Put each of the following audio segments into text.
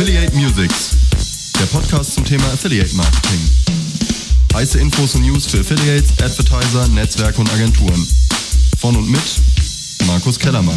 Affiliate Musics, der Podcast zum Thema Affiliate Marketing. Heiße Infos und News für Affiliates, Advertiser, Netzwerke und Agenturen. Von und mit Markus Kellermann.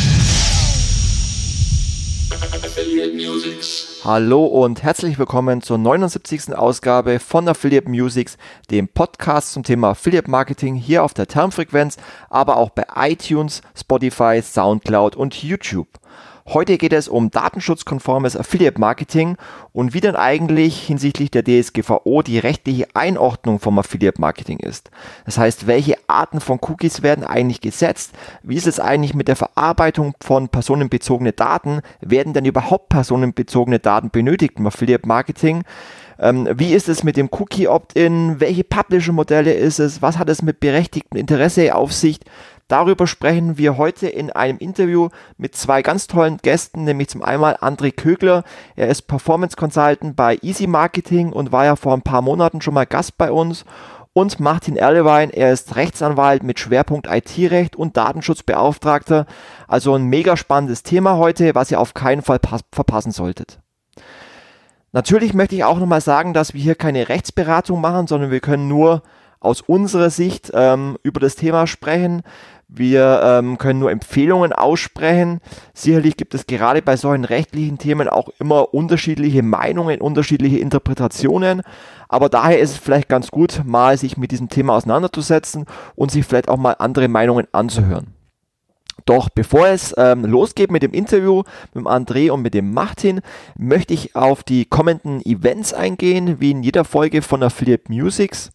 Hallo und herzlich willkommen zur 79. Ausgabe von Affiliate Musics, dem Podcast zum Thema Affiliate Marketing hier auf der Termfrequenz, aber auch bei iTunes, Spotify, Soundcloud und YouTube. Heute geht es um datenschutzkonformes Affiliate Marketing und wie denn eigentlich hinsichtlich der DSGVO die rechtliche Einordnung vom Affiliate Marketing ist. Das heißt, welche Arten von Cookies werden eigentlich gesetzt? Wie ist es eigentlich mit der Verarbeitung von personenbezogenen Daten? Werden denn überhaupt personenbezogene Daten benötigt im Affiliate Marketing? Wie ist es mit dem Cookie Opt-in? Welche Publisher-Modelle ist es? Was hat es mit berechtigtem Interesse auf sich? Darüber sprechen wir heute in einem Interview mit zwei ganz tollen Gästen, nämlich zum einen André Kögler. Er ist Performance Consultant bei Easy Marketing und war ja vor ein paar Monaten schon mal Gast bei uns. Und Martin Erlewein, er ist Rechtsanwalt mit Schwerpunkt IT-Recht und Datenschutzbeauftragter. Also ein mega spannendes Thema heute, was ihr auf keinen Fall verpassen solltet. Natürlich möchte ich auch nochmal sagen, dass wir hier keine Rechtsberatung machen, sondern wir können nur aus unserer Sicht über das Thema sprechen. Wir können nur Empfehlungen aussprechen. Sicherlich gibt es gerade bei solchen rechtlichen Themen auch immer unterschiedliche Meinungen, unterschiedliche Interpretationen. Aber daher ist es vielleicht ganz gut, mal sich mit diesem Thema auseinanderzusetzen und sich vielleicht auch mal andere Meinungen anzuhören. Doch bevor es losgeht mit dem Interview mit dem André und mit dem Martin, möchte ich auf die kommenden Events eingehen, wie in jeder Folge von Affiliate Musics.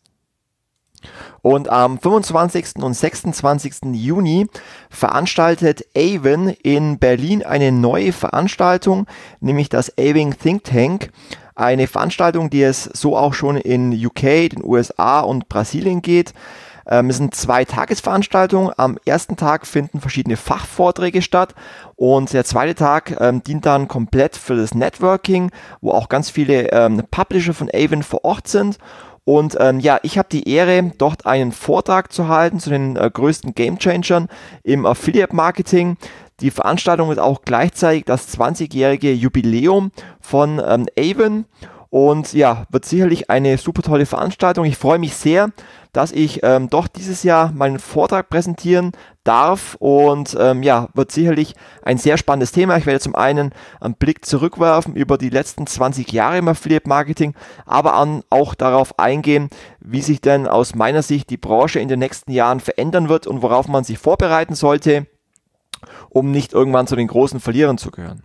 Und am 25. und 26. Juni veranstaltet Avon in Berlin eine neue Veranstaltung, nämlich das Avon Think Tank. Eine Veranstaltung, die es so auch schon in UK, den USA und Brasilien geht. Es sind 2 Tagesveranstaltungen. Am ersten Tag finden verschiedene Fachvorträge statt und der zweite Tag dient dann komplett für das Networking, wo auch ganz viele Publisher von Avon vor Ort sind. Und ich habe die Ehre, dort einen Vortrag zu halten zu den größten Gamechangern im Affiliate Marketing. Die Veranstaltung ist auch gleichzeitig das 20-jährige Jubiläum von Avon und ja, wird sicherlich eine super tolle Veranstaltung. Ich freue mich sehr, dass ich doch dieses Jahr meinen Vortrag präsentieren darf und wird sicherlich ein sehr spannendes Thema. Ich werde zum einen einen Blick zurückwerfen über die letzten 20 Jahre im Affiliate Marketing, aber auch darauf eingehen, wie sich denn aus meiner Sicht die Branche in den nächsten Jahren verändern wird und worauf man sich vorbereiten sollte, um nicht irgendwann zu den großen Verlierern zu gehören.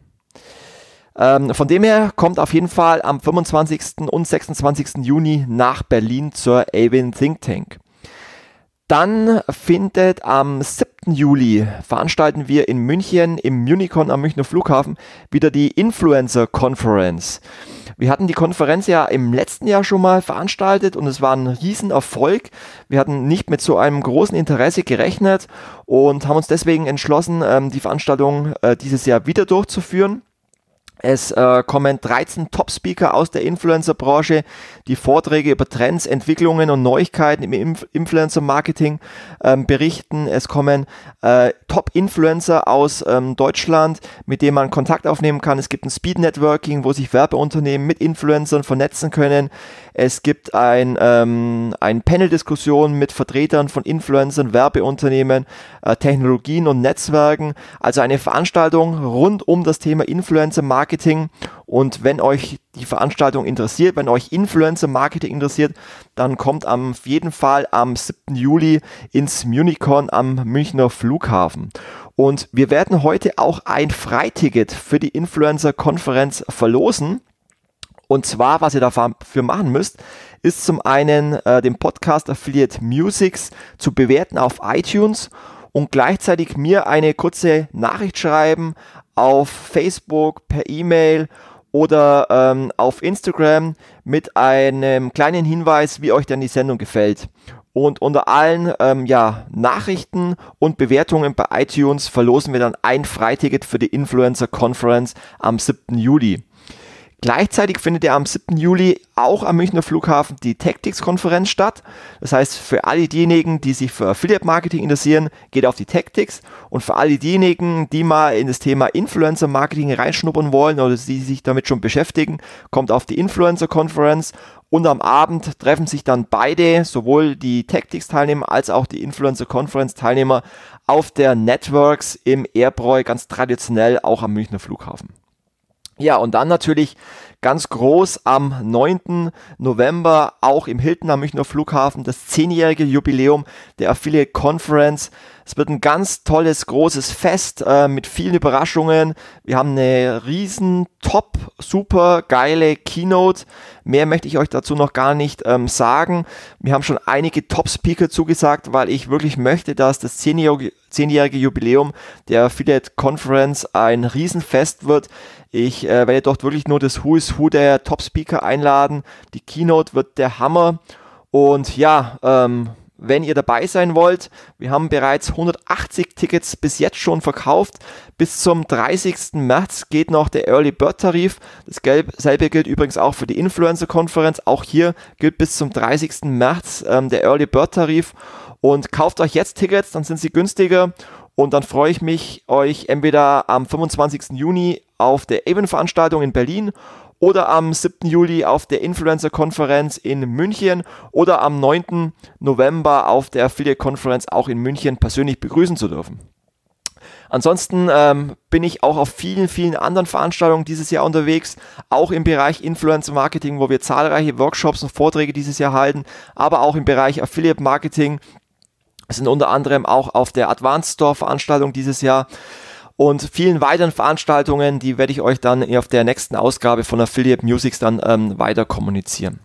Von dem her kommt auf jeden Fall am 25. und 26. Juni nach Berlin zur Avon Think Tank. Dann findet am 7. Juli veranstalten wir in München im Municon am Münchner Flughafen wieder die Influencer Conference. Wir hatten die Konferenz ja im letzten Jahr schon mal veranstaltet und es war ein Riesenerfolg. Wir hatten nicht mit so einem großen Interesse gerechnet und haben uns deswegen entschlossen, die Veranstaltung dieses Jahr wieder durchzuführen. Es kommen 13 Top-Speaker aus der Influencer-Branche, die Vorträge über Trends, Entwicklungen und Neuigkeiten im Influencer-Marketing berichten. Es kommen Top-Influencer aus Deutschland, mit denen man Kontakt aufnehmen kann. Es gibt ein Speed-Networking, wo sich Werbeunternehmen mit Influencern vernetzen können. Es gibt ein Panel-Diskussion mit Vertretern von Influencern, Werbeunternehmen, Technologien und Netzwerken. Also eine Veranstaltung rund um das Thema Influencer-Marketing. Und wenn euch die Veranstaltung interessiert, wenn euch Influencer-Marketing interessiert, dann kommt auf jeden Fall am 7. Juli ins Municon am Münchner Flughafen. Und wir werden heute auch ein Freiticket für die Influencer-Konferenz verlosen. Und zwar, was ihr dafür machen müsst, ist zum einen den Podcast Affiliate Musics zu bewerten auf iTunes und gleichzeitig mir eine kurze Nachricht schreiben auf Facebook, per E-Mail oder auf Instagram mit einem kleinen Hinweis, wie euch denn die Sendung gefällt. Und unter allen Nachrichten und Bewertungen bei iTunes verlosen wir dann ein Freiticket für die Influencer Conference am 7. Juli. Gleichzeitig findet ja am 7. Juli auch am Münchner Flughafen die Tactics-Konferenz statt. Das heißt, für alle diejenigen, die sich für Affiliate-Marketing interessieren, geht auf die Tactics. Und für alle diejenigen, die mal in das Thema Influencer-Marketing reinschnuppern wollen oder die sich damit schon beschäftigen, kommt auf die Influencer-Konferenz. Und am Abend treffen sich dann beide, sowohl die Tactics-Teilnehmer als auch die Influencer-Conference-Teilnehmer auf der Networks im Airbräu, ganz traditionell auch am Münchner Flughafen. Ja, und dann natürlich ganz groß am 9. November auch im Hilton am Münchner Flughafen das 10-jährige Jubiläum der Affiliate Conference. Es wird ein ganz tolles, großes Fest mit vielen Überraschungen. Wir haben eine riesen, top, super geile Keynote. Mehr möchte ich euch dazu noch gar nicht sagen. Wir haben schon einige Top-Speaker zugesagt, weil ich wirklich möchte, dass das 10-jährige Jubiläum der Affiliate Conference ein Riesenfest wird. Ich werde dort wirklich nur das Who is Who der Top-Speaker einladen. Die Keynote wird der Hammer. Und ja, wenn ihr dabei sein wollt, wir haben bereits 180 Tickets bis jetzt schon verkauft. Bis zum 30. März geht noch der Early Bird Tarif. Dasselbe gilt übrigens auch für die Influencer-Konferenz. Auch hier gilt bis zum 30. März der Early Bird Tarif. Und kauft euch jetzt Tickets, dann sind sie günstiger. Und dann freue ich mich, euch entweder am 25. Juni auf der Avon-Veranstaltung in Berlin oder am 7. Juli auf der Influencer-Konferenz in München oder am 9. November auf der Affiliate-Konferenz auch in München persönlich begrüßen zu dürfen. Ansonsten bin ich auch auf vielen, vielen anderen Veranstaltungen dieses Jahr unterwegs, auch im Bereich Influencer-Marketing, wo wir zahlreiche Workshops und Vorträge dieses Jahr halten, aber auch im Bereich Affiliate-Marketing. Wir sind unter anderem auch auf der Advanced Store Veranstaltung dieses Jahr und vielen weiteren Veranstaltungen, die werde ich euch dann auf der nächsten Ausgabe von Affiliate Musics dann weiter kommunizieren.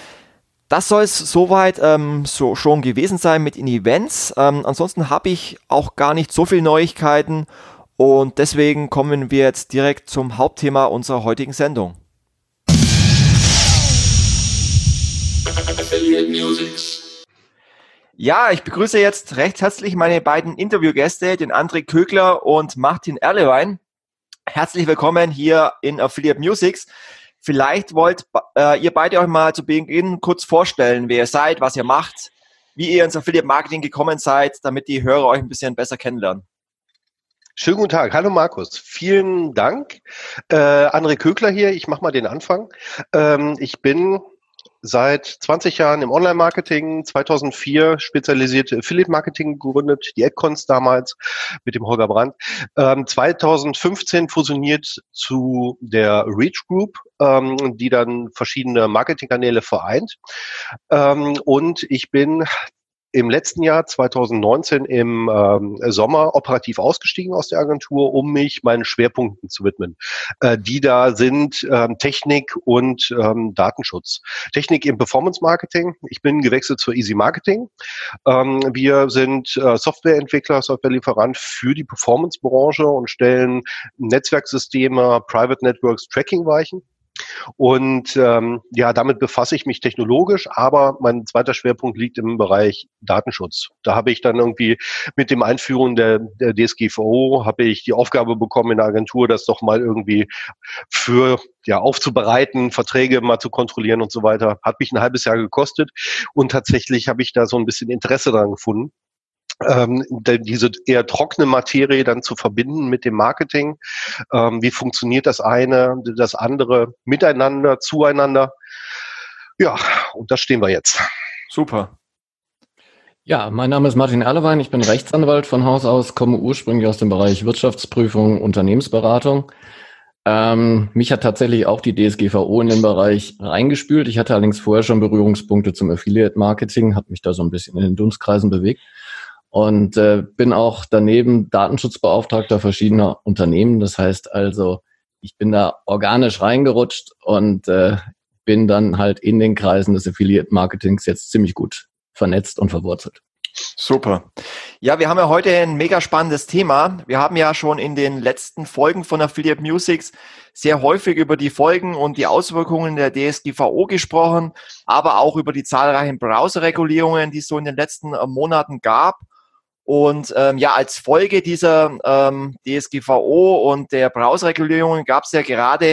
Das soll es soweit so schon gewesen sein mit den Events. Ansonsten habe ich auch gar nicht so viele Neuigkeiten und deswegen kommen wir jetzt direkt zum Hauptthema unserer heutigen Sendung. Affiliate Musics. Ja, ich begrüße jetzt recht herzlich meine beiden Interviewgäste, den André Kögler und Martin Erlewein. Herzlich willkommen hier in Affiliate Musics. Vielleicht wollt ihr beide euch mal zu Beginn kurz vorstellen, wer ihr seid, was ihr macht, wie ihr ins Affiliate Marketing gekommen seid, damit die Hörer euch ein bisschen besser kennenlernen. Schönen guten Tag. Hallo Markus. Vielen Dank. André Kögler hier. Ich mache mal den Anfang. Ich bin seit 20 Jahren im Online-Marketing, 2004 spezialisierte Affiliate-Marketing gegründet, die Adcons damals mit dem Holger Brandt. 2015 fusioniert zu der Reach Group, die dann verschiedene Marketingkanäle vereint. Und ich bin im letzten Jahr, 2019, im Sommer operativ ausgestiegen aus der Agentur, um mich meinen Schwerpunkten zu widmen. Die da sind Technik und Datenschutz. Technik im Performance Marketing. Ich bin gewechselt zur Easy Marketing. Wir sind Softwareentwickler, Softwarelieferant für die Performance-Branche und stellen Netzwerksysteme, Private Networks, Tracking-Weichen. Und damit befasse ich mich technologisch, aber mein zweiter Schwerpunkt liegt im Bereich Datenschutz. Da habe ich dann irgendwie mit dem Einführen der DSGVO habe ich die Aufgabe bekommen in der Agentur, das doch mal irgendwie für aufzubereiten, Verträge mal zu kontrollieren und so weiter. Hat mich ein halbes Jahr gekostet und tatsächlich habe ich da so ein bisschen Interesse dran gefunden. Diese eher trockene Materie dann zu verbinden mit dem Marketing. Wie funktioniert das eine, das andere miteinander, zueinander? Ja, und da stehen wir jetzt. Super. Ja, mein Name ist Martin Erlewein, ich bin Rechtsanwalt von Haus aus, komme ursprünglich aus dem Bereich Wirtschaftsprüfung, Unternehmensberatung. Mich hat tatsächlich auch die DSGVO in den Bereich reingespült. Ich hatte allerdings vorher schon Berührungspunkte zum Affiliate-Marketing, habe mich da so ein bisschen in den Dunstkreisen bewegt. Und bin auch daneben Datenschutzbeauftragter verschiedener Unternehmen. Das heißt also, ich bin da organisch reingerutscht und bin dann halt in den Kreisen des Affiliate-Marketings jetzt ziemlich gut vernetzt und verwurzelt. Super. Ja, wir haben ja heute ein mega spannendes Thema. Wir haben ja schon in den letzten Folgen von Affiliate Musics sehr häufig über die Folgen und die Auswirkungen der DSGVO gesprochen, aber auch über die zahlreichen Browserregulierungen, die es so in den letzten Monaten gab. Und als Folge dieser DSGVO und der Browserregulierungen gab es ja gerade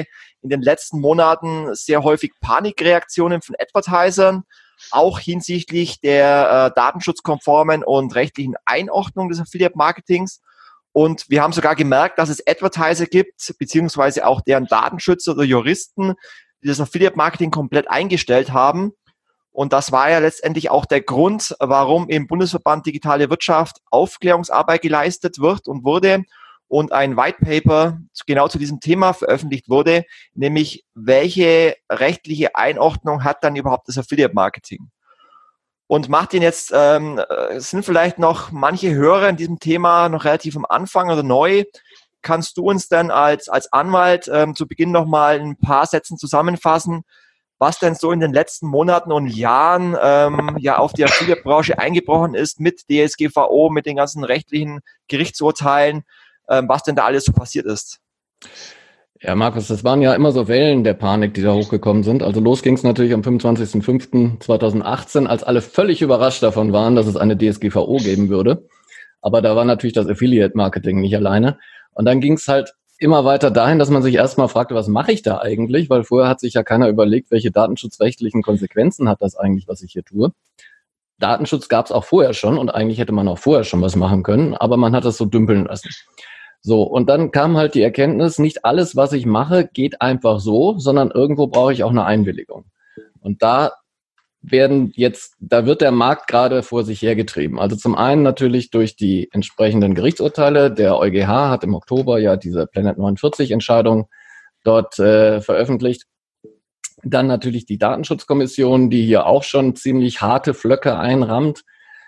in den letzten Monaten sehr häufig Panikreaktionen von Advertisern, auch hinsichtlich der datenschutzkonformen und rechtlichen Einordnung des Affiliate-Marketings. Und wir haben sogar gemerkt, dass es Advertiser gibt, beziehungsweise auch deren Datenschützer oder Juristen, die das Affiliate-Marketing komplett eingestellt haben. Und das war ja letztendlich auch der Grund, warum im Bundesverband Digitale Wirtschaft Aufklärungsarbeit geleistet wird und wurde und ein White Paper genau zu diesem Thema veröffentlicht wurde, nämlich welche rechtliche Einordnung hat dann überhaupt das Affiliate-Marketing? Und Martin, jetzt sind vielleicht noch manche Hörer in diesem Thema noch relativ am Anfang oder neu. Kannst du uns dann als Anwalt zu Beginn noch mal in ein paar Sätzen zusammenfassen, was denn so in den letzten Monaten und Jahren auf die Affiliate-Branche eingebrochen ist mit DSGVO, mit den ganzen rechtlichen Gerichtsurteilen, was denn da alles so passiert ist? Ja, Markus, das waren ja immer so Wellen der Panik, die da hochgekommen sind. Also los ging es natürlich am 25.05.2018, als alle völlig überrascht davon waren, dass es eine DSGVO geben würde. Aber da war natürlich das Affiliate-Marketing nicht alleine. Und dann ging es halt immer weiter dahin, dass man sich erstmal fragte, was mache ich da eigentlich? Weil vorher hat sich ja keiner überlegt, welche datenschutzrechtlichen Konsequenzen hat das eigentlich, was ich hier tue. Datenschutz gab es auch vorher schon und eigentlich hätte man auch vorher schon was machen können, aber man hat das so dümpeln lassen. So, und dann kam halt die Erkenntnis, nicht alles, was ich mache, geht einfach so, sondern irgendwo brauche ich auch eine Einwilligung. Und da wird der Markt gerade vor sich hergetrieben. Also zum einen natürlich durch die entsprechenden Gerichtsurteile. Der EuGH hat im Oktober ja diese Planet 49 Entscheidung dort veröffentlicht. Dann natürlich die Datenschutzkommission, die hier auch schon ziemlich harte Flöcke einrammt.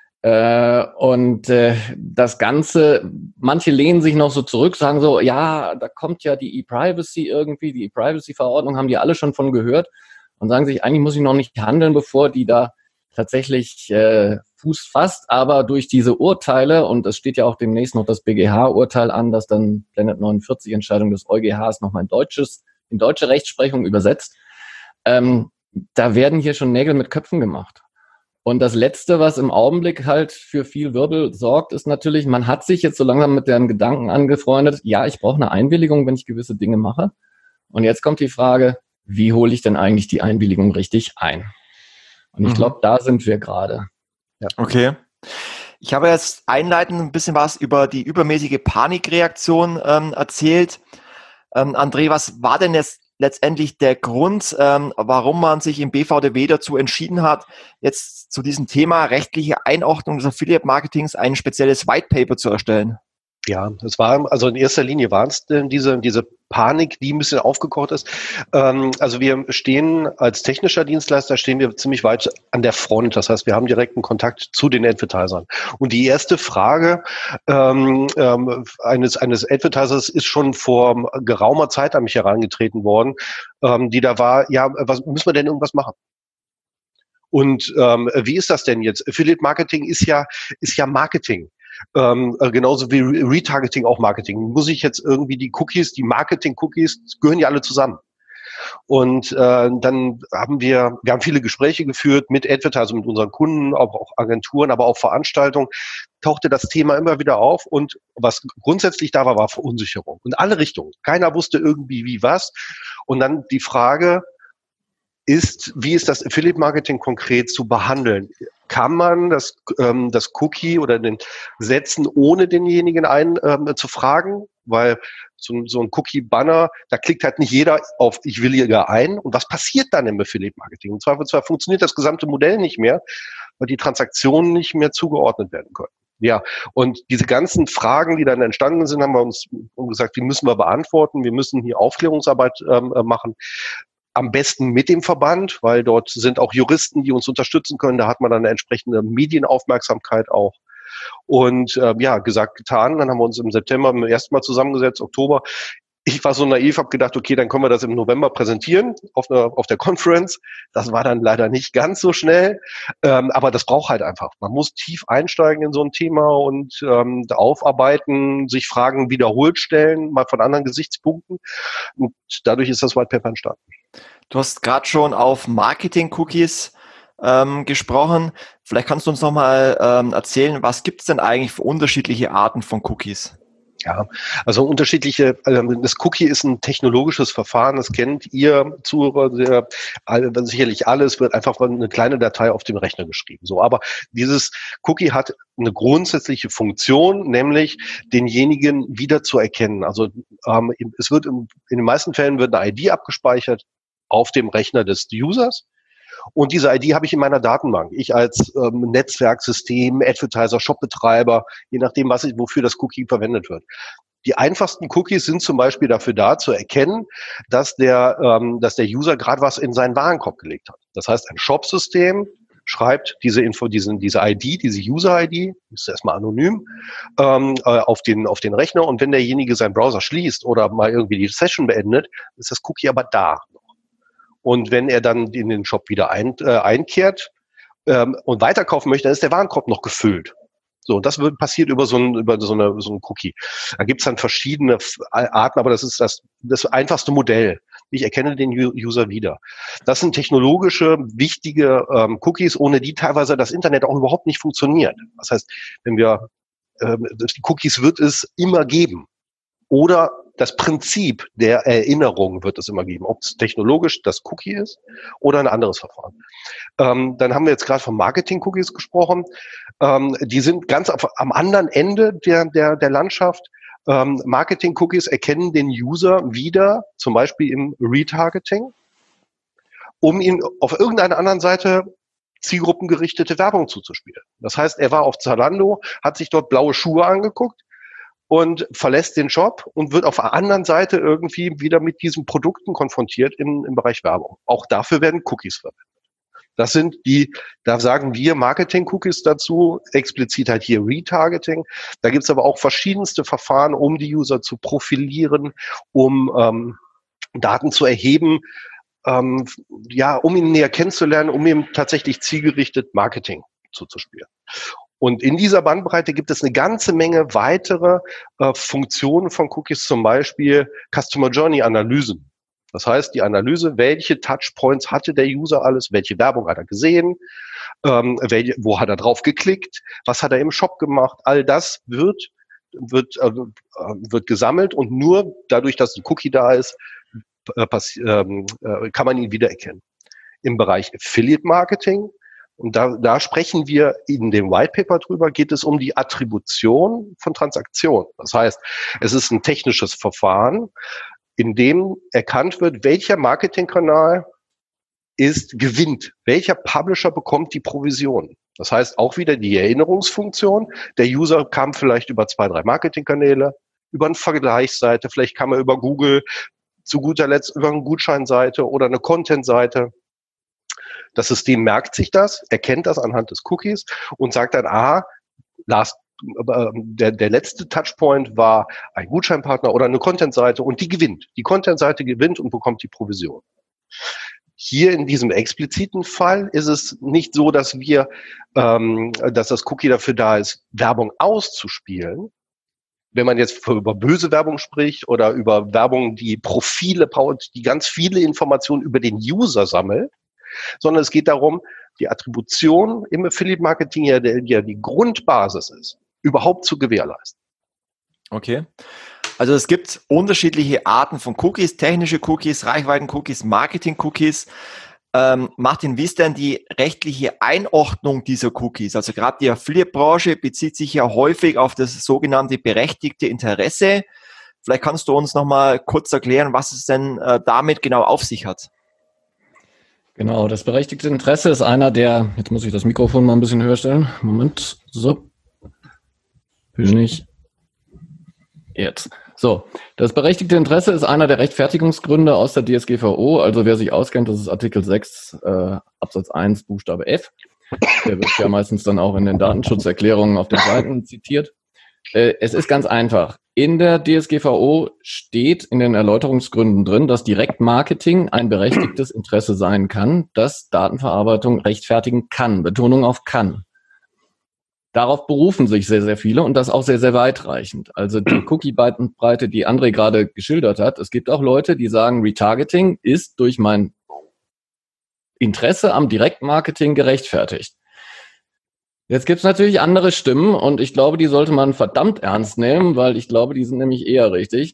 Das Ganze, manche lehnen sich noch so zurück, sagen so, ja, da kommt ja die E-Privacy irgendwie, die E-Privacy-Verordnung, haben die alle schon von gehört und sagen sich, eigentlich muss ich noch nicht handeln, bevor die da tatsächlich Fuß fasst, aber durch diese Urteile, und es steht ja auch demnächst noch das BGH-Urteil an, das dann Planet 49 Entscheidung des EuGHs nochmal in deutsche Rechtsprechung übersetzt, da werden hier schon Nägel mit Köpfen gemacht. Und das Letzte, was im Augenblick halt für viel Wirbel sorgt, ist natürlich, man hat sich jetzt so langsam mit deren Gedanken angefreundet, ja, ich brauche eine Einwilligung, wenn ich gewisse Dinge mache. Und jetzt kommt die Frage, wie hole ich denn eigentlich die Einwilligung richtig ein? Und ich glaube, da sind wir gerade. Ja. Okay. Ich habe jetzt einleitend ein bisschen was über die übermäßige Panikreaktion erzählt. André, was war denn jetzt letztendlich der Grund, warum man sich im BVDW dazu entschieden hat, jetzt zu diesem Thema rechtliche Einordnung des Affiliate-Marketings ein spezielles White Paper zu erstellen? Ja, es war, also in erster Linie waren es diese Panik, die ein bisschen aufgekocht ist. Also wir stehen als technischer Dienstleister, stehen wir ziemlich weit an der Front. Das heißt, wir haben direkten Kontakt zu den Advertisern. Und die erste Frage eines Advertisers ist schon vor geraumer Zeit an mich herangetreten worden, die da war, ja, was müssen wir denn irgendwas machen? Und wie ist das denn jetzt? Affiliate Marketing ist ja Marketing. Genauso wie Retargeting auch Marketing. Muss ich jetzt irgendwie die Marketing-Cookies gehören ja alle zusammen. Und dann haben wir haben viele Gespräche geführt mit Advertisern, mit unseren Kunden, auch Agenturen, aber auch Veranstaltungen, tauchte das Thema immer wieder auf und was grundsätzlich da war Verunsicherung. In alle Richtungen. Keiner wusste irgendwie wie was. Und dann die Frage ist, wie ist das Affiliate-Marketing konkret zu behandeln? Kann man das Cookie oder den setzen, ohne denjenigen zu fragen? Weil so ein Cookie-Banner, da klickt halt nicht jeder auf ich willige ein. Und was passiert dann im Affiliate-Marketing? Im Zweifelsfall funktioniert das gesamte Modell nicht mehr, weil die Transaktionen nicht mehr zugeordnet werden können. Ja, und diese ganzen Fragen, die dann entstanden sind, haben wir uns gesagt, die müssen wir beantworten. Wir müssen hier Aufklärungsarbeit machen. Am besten mit dem Verband, weil dort sind auch Juristen, die uns unterstützen können. Da hat man dann eine entsprechende Medienaufmerksamkeit auch. Und gesagt, getan. Dann haben wir uns im September zum ersten Mal zusammengesetzt, Oktober. Ich war so naiv, habe gedacht, okay, dann können wir das im November präsentieren auf der Conference. Das war dann leider nicht ganz so schnell, aber das braucht halt einfach. Man muss tief einsteigen in so ein Thema und aufarbeiten, sich Fragen wiederholt stellen, mal von anderen Gesichtspunkten. Und dadurch ist das White Paper entstanden. Du hast gerade schon auf Marketing-Cookies gesprochen. Vielleicht kannst du uns nochmal erzählen, was gibt es denn eigentlich für unterschiedliche Arten von Cookies? Ja, also unterschiedliche, das Cookie ist ein technologisches Verfahren, das kennt ihr Zuhörer sicherlich alles, wird einfach eine kleine Datei auf dem Rechner geschrieben. So, aber dieses Cookie hat eine grundsätzliche Funktion, nämlich denjenigen wieder zu erkennen. Also es wird in den meisten Fällen wird eine ID abgespeichert auf dem Rechner des Users. Und diese ID habe ich in meiner Datenbank. Ich als Netzwerksystem, Advertiser, Shopbetreiber, je nachdem, wofür das Cookie verwendet wird. Die einfachsten Cookies sind zum Beispiel dafür da, zu erkennen, dass der User gerade was in seinen Warenkorb gelegt hat. Das heißt, ein Shopsystem schreibt diese ID, diese User-ID, ist erstmal anonym, auf den Rechner. Und wenn derjenige seinen Browser schließt oder mal irgendwie die Session beendet, ist das Cookie aber da. Und wenn er dann in den Shop wieder einkehrt und weiterkaufen möchte, dann ist der Warenkorb noch gefüllt. So, und das passiert über so einen Cookie. Da gibt's dann verschiedene Arten, aber das ist das einfachste Modell. Ich erkenne den User wieder. Das sind technologische, wichtige Cookies, ohne die teilweise das Internet auch überhaupt nicht funktioniert. Das heißt, die Cookies wird es immer geben. Oder das Prinzip der Erinnerung wird es immer geben, ob es technologisch das Cookie ist oder ein anderes Verfahren. Dann haben wir jetzt gerade von Marketing-Cookies gesprochen. Die sind ganz am anderen Ende der Landschaft. Marketing-Cookies erkennen den User wieder, zum Beispiel im Retargeting, um ihn auf irgendeiner anderen Seite zielgruppengerichtete Werbung zuzuspielen. Das heißt, er war auf Zalando, hat sich dort blaue Schuhe angeguckt, und verlässt den Shop und wird auf der anderen Seite irgendwie wieder mit diesen Produkten konfrontiert im Bereich Werbung. Auch dafür werden Cookies verwendet. Das sind da sagen wir Marketing-Cookies dazu, explizit halt hier Retargeting. Da gibt's aber auch verschiedenste Verfahren, um die User zu profilieren, um Daten zu erheben, um ihn näher kennenzulernen, um ihm tatsächlich zielgerichtet Marketing zuzuspielen. Und in dieser Bandbreite gibt es eine ganze Menge weitere Funktionen von Cookies, zum Beispiel Customer Journey Analysen. Das heißt, die Analyse, welche Touchpoints hatte der User alles, welche Werbung hat er gesehen, wo hat er drauf geklickt, was hat er im Shop gemacht, all das wird gesammelt und nur dadurch, dass ein Cookie da ist, kann man ihn wiedererkennen. Im Bereich Affiliate Marketing, und da sprechen wir in dem White Paper drüber, geht es um die Attribution von Transaktionen. Das heißt, es ist ein technisches Verfahren, in dem erkannt wird, welcher Marketingkanal gewinnt, welcher Publisher bekommt die Provision. Das heißt auch wieder die Erinnerungsfunktion. Der User kam vielleicht über 2, 3 Marketingkanäle, über eine Vergleichsseite, vielleicht kam er über Google, zu guter Letzt über eine Gutscheinseite oder eine Content-Seite. Das System merkt sich das, erkennt das anhand des Cookies und sagt dann, der letzte Touchpoint war ein Gutscheinpartner oder eine Content-Seite und die gewinnt. Die Content-Seite gewinnt und bekommt die Provision. Hier in diesem expliziten Fall ist es nicht so, dass dass das Cookie dafür da ist, Werbung auszuspielen. Wenn man jetzt über böse Werbung spricht oder über Werbung, die Profile baut, die ganz viele Informationen über den User sammelt, sondern es geht darum, die Attribution im Affiliate-Marketing, ja die Grundbasis ist, überhaupt zu gewährleisten. Okay. Also es gibt unterschiedliche Arten von Cookies, technische Cookies, Reichweiten-Cookies, Marketing-Cookies. Martin, wie ist denn die rechtliche Einordnung dieser Cookies? Also gerade die Affiliate-Branche bezieht sich ja häufig auf das sogenannte berechtigte Interesse. Vielleicht kannst du uns noch mal kurz erklären, was es denn damit genau auf sich hat. Genau, das berechtigte Interesse ist einer der, jetzt muss ich das Mikrofon mal ein bisschen höher stellen. Moment, so. Bin ich. Jetzt. So, das berechtigte Interesse ist einer der Rechtfertigungsgründe aus der DSGVO. Also wer sich auskennt, das ist Artikel 6 Absatz 1 Buchstabe F. Der wird ja meistens dann auch in den Datenschutzerklärungen auf den Seiten zitiert. Es ist ganz einfach. In der DSGVO steht in den Erläuterungsgründen drin, dass Direktmarketing ein berechtigtes Interesse sein kann, das Datenverarbeitung rechtfertigen kann. Betonung auf kann. Darauf berufen sich sehr, sehr viele und das auch sehr, sehr weitreichend. Also die Cookie-Bandbreite, die André gerade geschildert hat, es gibt auch Leute, die sagen, Retargeting ist durch mein Interesse am Direktmarketing gerechtfertigt. Jetzt gibt's natürlich andere Stimmen und ich glaube, die sollte man verdammt ernst nehmen, weil ich glaube, die sind nämlich eher richtig.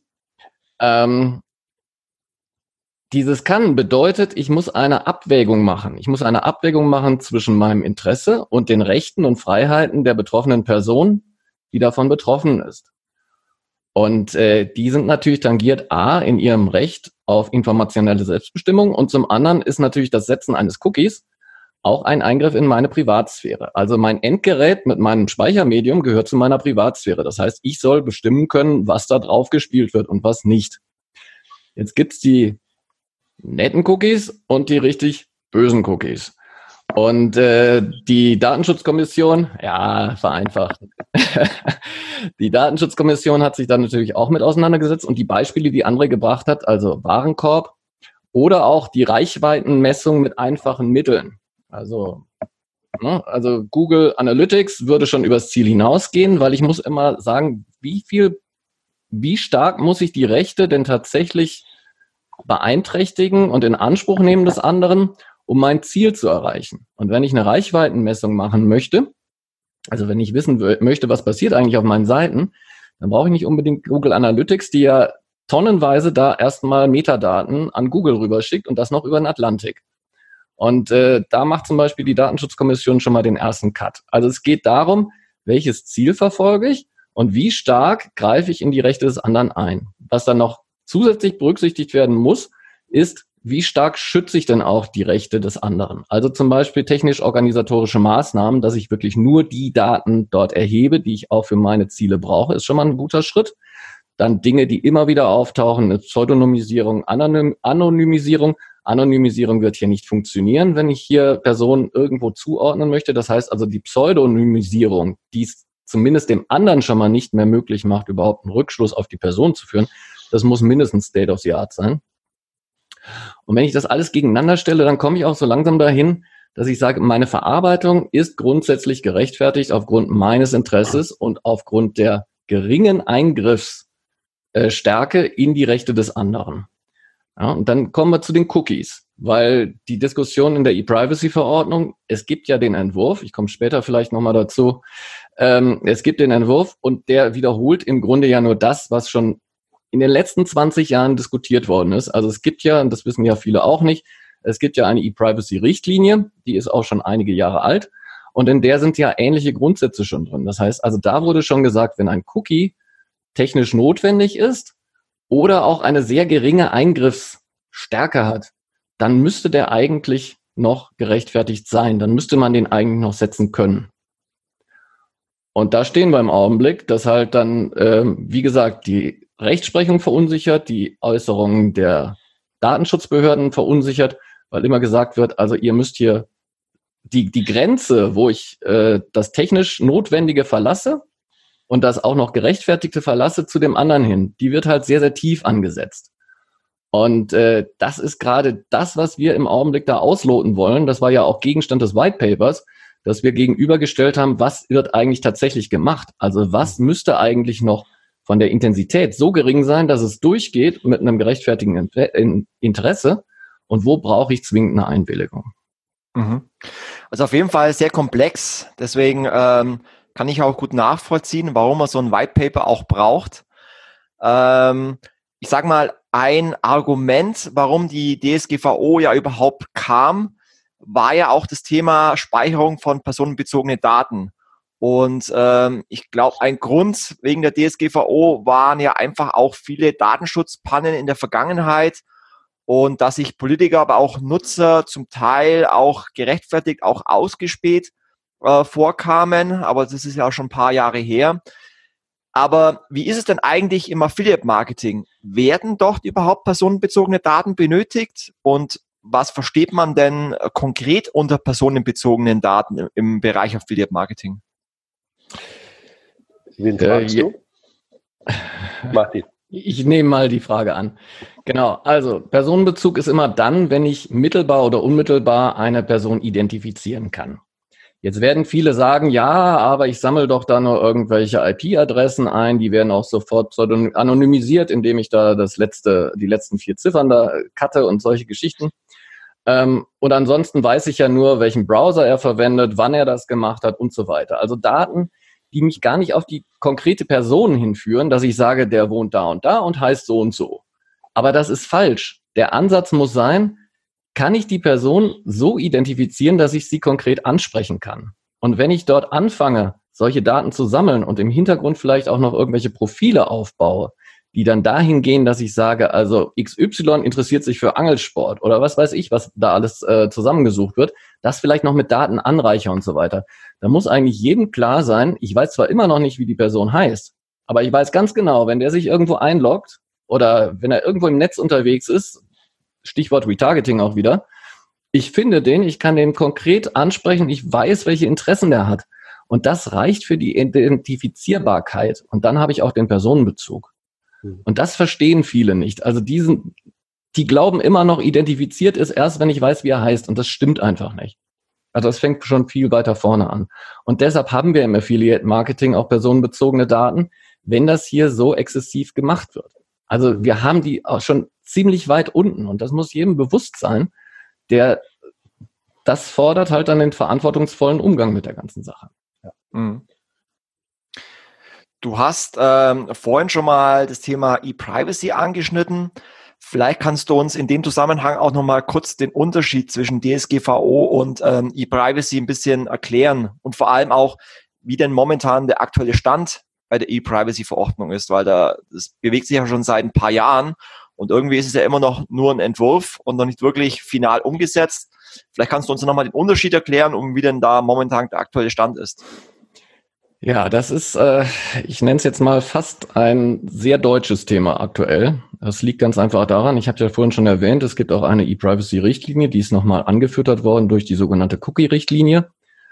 Dieses Kann bedeutet, ich muss eine Abwägung machen. Ich muss eine Abwägung machen zwischen meinem Interesse und den Rechten und Freiheiten der betroffenen Person, die davon betroffen ist. Und die sind natürlich tangiert A, in ihrem Recht auf informationelle Selbstbestimmung und zum anderen ist natürlich das Setzen eines Cookies auch ein Eingriff in meine Privatsphäre. Also mein Endgerät mit meinem Speichermedium gehört zu meiner Privatsphäre. Das heißt, ich soll bestimmen können, was da drauf gespielt wird und was nicht. Jetzt gibt's die netten Cookies und die richtig bösen Cookies. Und die Datenschutzkommission, ja, vereinfacht. Die Datenschutzkommission hat sich dann natürlich auch mit auseinandergesetzt und die Beispiele, die André gebracht hat, also Warenkorb oder auch die Reichweitenmessung mit einfachen Mitteln. Also Google Analytics würde schon übers Ziel hinausgehen, weil ich muss immer sagen, wie stark muss ich die Rechte denn tatsächlich beeinträchtigen und in Anspruch nehmen des anderen, um mein Ziel zu erreichen. Und wenn ich eine Reichweitenmessung machen möchte, also wenn ich wissen möchte, was passiert eigentlich auf meinen Seiten, dann brauche ich nicht unbedingt Google Analytics, die ja tonnenweise da erstmal Metadaten an Google rüberschickt und das noch über den Atlantik. Und da macht zum Beispiel die Datenschutzkommission schon mal den ersten Cut. Also es geht darum, welches Ziel verfolge ich und wie stark greife ich in die Rechte des anderen ein. Was dann noch zusätzlich berücksichtigt werden muss, ist, wie stark schütze ich denn auch die Rechte des anderen? Also zum Beispiel technisch-organisatorische Maßnahmen, dass ich wirklich nur die Daten dort erhebe, die ich auch für meine Ziele brauche, ist schon mal ein guter Schritt. Dann Dinge, die immer wieder auftauchen, eine Pseudonymisierung, Anonymisierung. Anonymisierung wird hier nicht funktionieren, wenn ich hier Personen irgendwo zuordnen möchte. Das heißt also die Pseudonymisierung, die es zumindest dem anderen schon mal nicht mehr möglich macht, überhaupt einen Rückschluss auf die Person zu führen, das muss mindestens State of the Art sein. Und wenn ich das alles gegeneinander stelle, dann komme ich auch so langsam dahin, dass ich sage, meine Verarbeitung ist grundsätzlich gerechtfertigt aufgrund meines Interesses und aufgrund der geringen Eingriffsstärke in die Rechte des anderen. Ja, und dann kommen wir zu den Cookies, weil die Diskussion in der E-Privacy-Verordnung, es gibt ja den Entwurf, ich komme später vielleicht nochmal dazu, es gibt den Entwurf und der wiederholt im Grunde ja nur das, was schon in den letzten 20 Jahren diskutiert worden ist. Also es gibt ja, und das wissen ja viele auch nicht, es gibt ja eine E-Privacy-Richtlinie, die ist auch schon einige Jahre alt und in der sind ja ähnliche Grundsätze schon drin. Das heißt, also da wurde schon gesagt, wenn ein Cookie technisch notwendig ist oder auch eine sehr geringe Eingriffsstärke hat, dann müsste der eigentlich noch gerechtfertigt sein. Dann müsste man den eigentlich noch setzen können. Und da stehen wir im Augenblick, dass halt dann, wie gesagt, die Rechtsprechung verunsichert, die Äußerungen der Datenschutzbehörden verunsichert, weil immer gesagt wird, also ihr müsst hier die Grenze, wo ich das technisch Notwendige verlasse und das auch noch gerechtfertigte verlasse zu dem anderen hin, die wird halt sehr, sehr tief angesetzt. Und das ist gerade das, was wir im Augenblick da ausloten wollen. Das war ja auch Gegenstand des White Papers, dass wir gegenübergestellt haben, was wird eigentlich tatsächlich gemacht? Also was müsste eigentlich noch von der Intensität so gering sein, dass es durchgeht mit einem gerechtfertigten Interesse und wo brauche ich zwingend eine Einwilligung? Also auf jeden Fall sehr komplex, deswegen kann ich auch gut nachvollziehen, warum man so ein White Paper auch braucht. Ich sage mal, ein Argument, warum die DSGVO ja überhaupt kam, war ja auch das Thema Speicherung von personenbezogenen Daten. Und ich glaube, ein Grund wegen der DSGVO waren ja einfach auch viele Datenschutzpannen in der Vergangenheit und dass sich Politiker, aber auch Nutzer zum Teil auch gerechtfertigt, auch ausgespäht vorkamen. Aber das ist ja auch schon ein paar Jahre her. Aber wie ist es denn eigentlich im Affiliate-Marketing? Werden dort überhaupt personenbezogene Daten benötigt? Und was versteht man denn konkret unter personenbezogenen Daten im Bereich Affiliate-Marketing? Wen fragst du? Martin. Ich nehme mal die Frage an. Genau, also Personenbezug ist immer dann, wenn ich mittelbar oder unmittelbar eine Person identifizieren kann. Jetzt werden viele sagen, ja, aber ich sammle doch da nur irgendwelche IP-Adressen ein, die werden auch sofort anonymisiert, indem ich da die letzten 4 Ziffern da cutte und solche Geschichten. Und ansonsten weiß ich ja nur, welchen Browser er verwendet, wann er das gemacht hat und so weiter. Also Daten, die mich gar nicht auf die konkrete Person hinführen, dass ich sage, der wohnt da und heißt so und so. Aber das ist falsch. Der Ansatz muss sein, kann ich die Person so identifizieren, dass ich sie konkret ansprechen kann. Und wenn ich dort anfange, solche Daten zu sammeln und im Hintergrund vielleicht auch noch irgendwelche Profile aufbaue, die dann dahin gehen, dass ich sage, also XY interessiert sich für Angelsport oder was weiß ich, was da alles zusammengesucht wird, das vielleicht noch mit Daten anreicher und so weiter. Da muss eigentlich jedem klar sein, ich weiß zwar immer noch nicht, wie die Person heißt, aber ich weiß ganz genau, wenn der sich irgendwo einloggt oder wenn er irgendwo im Netz unterwegs ist, Stichwort Retargeting auch wieder, ich finde den, ich kann den konkret ansprechen, ich weiß, welche Interessen der hat. Und das reicht für die Identifizierbarkeit. Und dann habe ich auch den Personenbezug. Und das verstehen viele nicht. Also die glauben immer noch, identifiziert ist erst, wenn ich weiß, wie er heißt. Und das stimmt einfach nicht. Also das fängt schon viel weiter vorne an. Und deshalb haben wir im Affiliate-Marketing auch personenbezogene Daten, wenn das hier so exzessiv gemacht wird. Also wir haben die auch schon ziemlich weit unten. Und das muss jedem bewusst sein, der das fordert halt dann den verantwortungsvollen Umgang mit der ganzen Sache. Ja. Mhm. Du hast vorhin schon mal das Thema E-Privacy angeschnitten. Vielleicht kannst du uns in dem Zusammenhang auch noch mal kurz den Unterschied zwischen DSGVO und E-Privacy ein bisschen erklären und vor allem auch, wie denn momentan der aktuelle Stand bei der E-Privacy-Verordnung ist, weil das bewegt sich ja schon seit ein paar Jahren und irgendwie ist es ja immer noch nur ein Entwurf und noch nicht wirklich final umgesetzt. Vielleicht kannst du uns noch mal den Unterschied erklären, wie denn da momentan der aktuelle Stand ist. Ja, das ist, ich nenne es jetzt mal fast ein sehr deutsches Thema aktuell. Das liegt ganz einfach daran, ich habe ja vorhin schon erwähnt, es gibt auch eine E-Privacy-Richtlinie, die ist nochmal angefüttert worden durch die sogenannte Cookie-Richtlinie.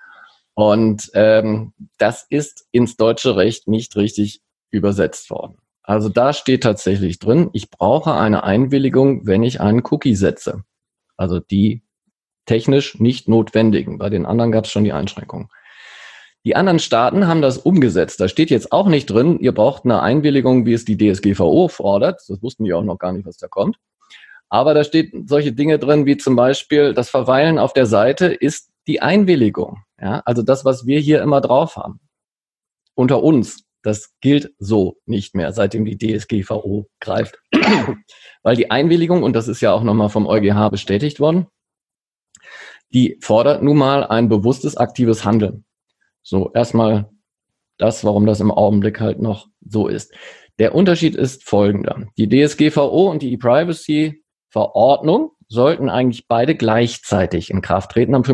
Und das ist ins deutsche Recht nicht richtig übersetzt worden. Also da steht tatsächlich drin, ich brauche eine Einwilligung, wenn ich einen Cookie setze. Also die technisch nicht notwendigen. Bei den anderen gab es schon die Einschränkungen. Die anderen Staaten haben das umgesetzt. Da steht jetzt auch nicht drin, ihr braucht eine Einwilligung, wie es die DSGVO fordert. Das wussten die auch noch gar nicht, was da kommt. Aber da steht solche Dinge drin, wie zum Beispiel das Verweilen auf der Seite ist die Einwilligung. Ja, also das, was wir hier immer drauf haben. Unter uns, das gilt so nicht mehr, seitdem die DSGVO greift. Weil die Einwilligung, und das ist ja auch nochmal vom EuGH bestätigt worden, die fordert nun mal ein bewusstes, aktives Handeln. So, erstmal das, warum das im Augenblick halt noch so ist. Der Unterschied ist folgender. Die DSGVO und die E-Privacy-Verordnung sollten eigentlich beide gleichzeitig in Kraft treten am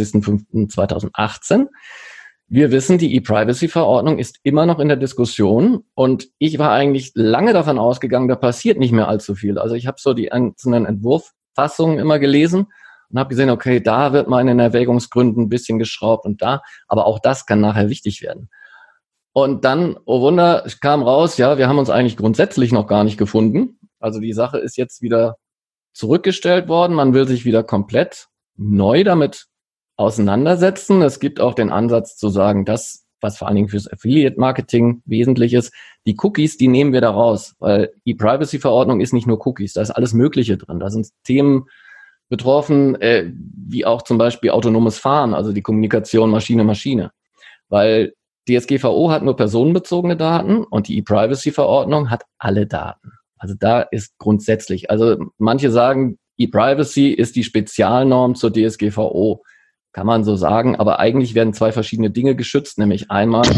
25.05.2018. Wir wissen, die E-Privacy-Verordnung ist immer noch in der Diskussion und ich war eigentlich lange davon ausgegangen, da passiert nicht mehr allzu viel. Also ich habe so die einzelnen Entwurfsfassungen immer gelesen und habe gesehen, okay, da wird mal in den Erwägungsgründen ein bisschen geschraubt und da, aber auch das kann nachher wichtig werden. Und dann, oh Wunder, kam raus, ja, wir haben uns eigentlich grundsätzlich noch gar nicht gefunden. Also die Sache ist jetzt wieder zurückgestellt worden. Man will sich wieder komplett neu damit auseinandersetzen. Es gibt auch den Ansatz zu sagen, das, was vor allen Dingen fürs Affiliate-Marketing wesentlich ist, die Cookies, die nehmen wir da raus, weil die Privacy-Verordnung ist nicht nur Cookies, da ist alles Mögliche drin. Da sind Themen betroffen, wie auch zum Beispiel autonomes Fahren, also die Kommunikation Maschine-Maschine. Weil DSGVO hat nur personenbezogene Daten und die E-Privacy-Verordnung hat alle Daten. Also da ist grundsätzlich, also manche sagen, E-Privacy ist die Spezialnorm zur DSGVO. Kann man so sagen, aber eigentlich werden zwei verschiedene Dinge geschützt, nämlich einmal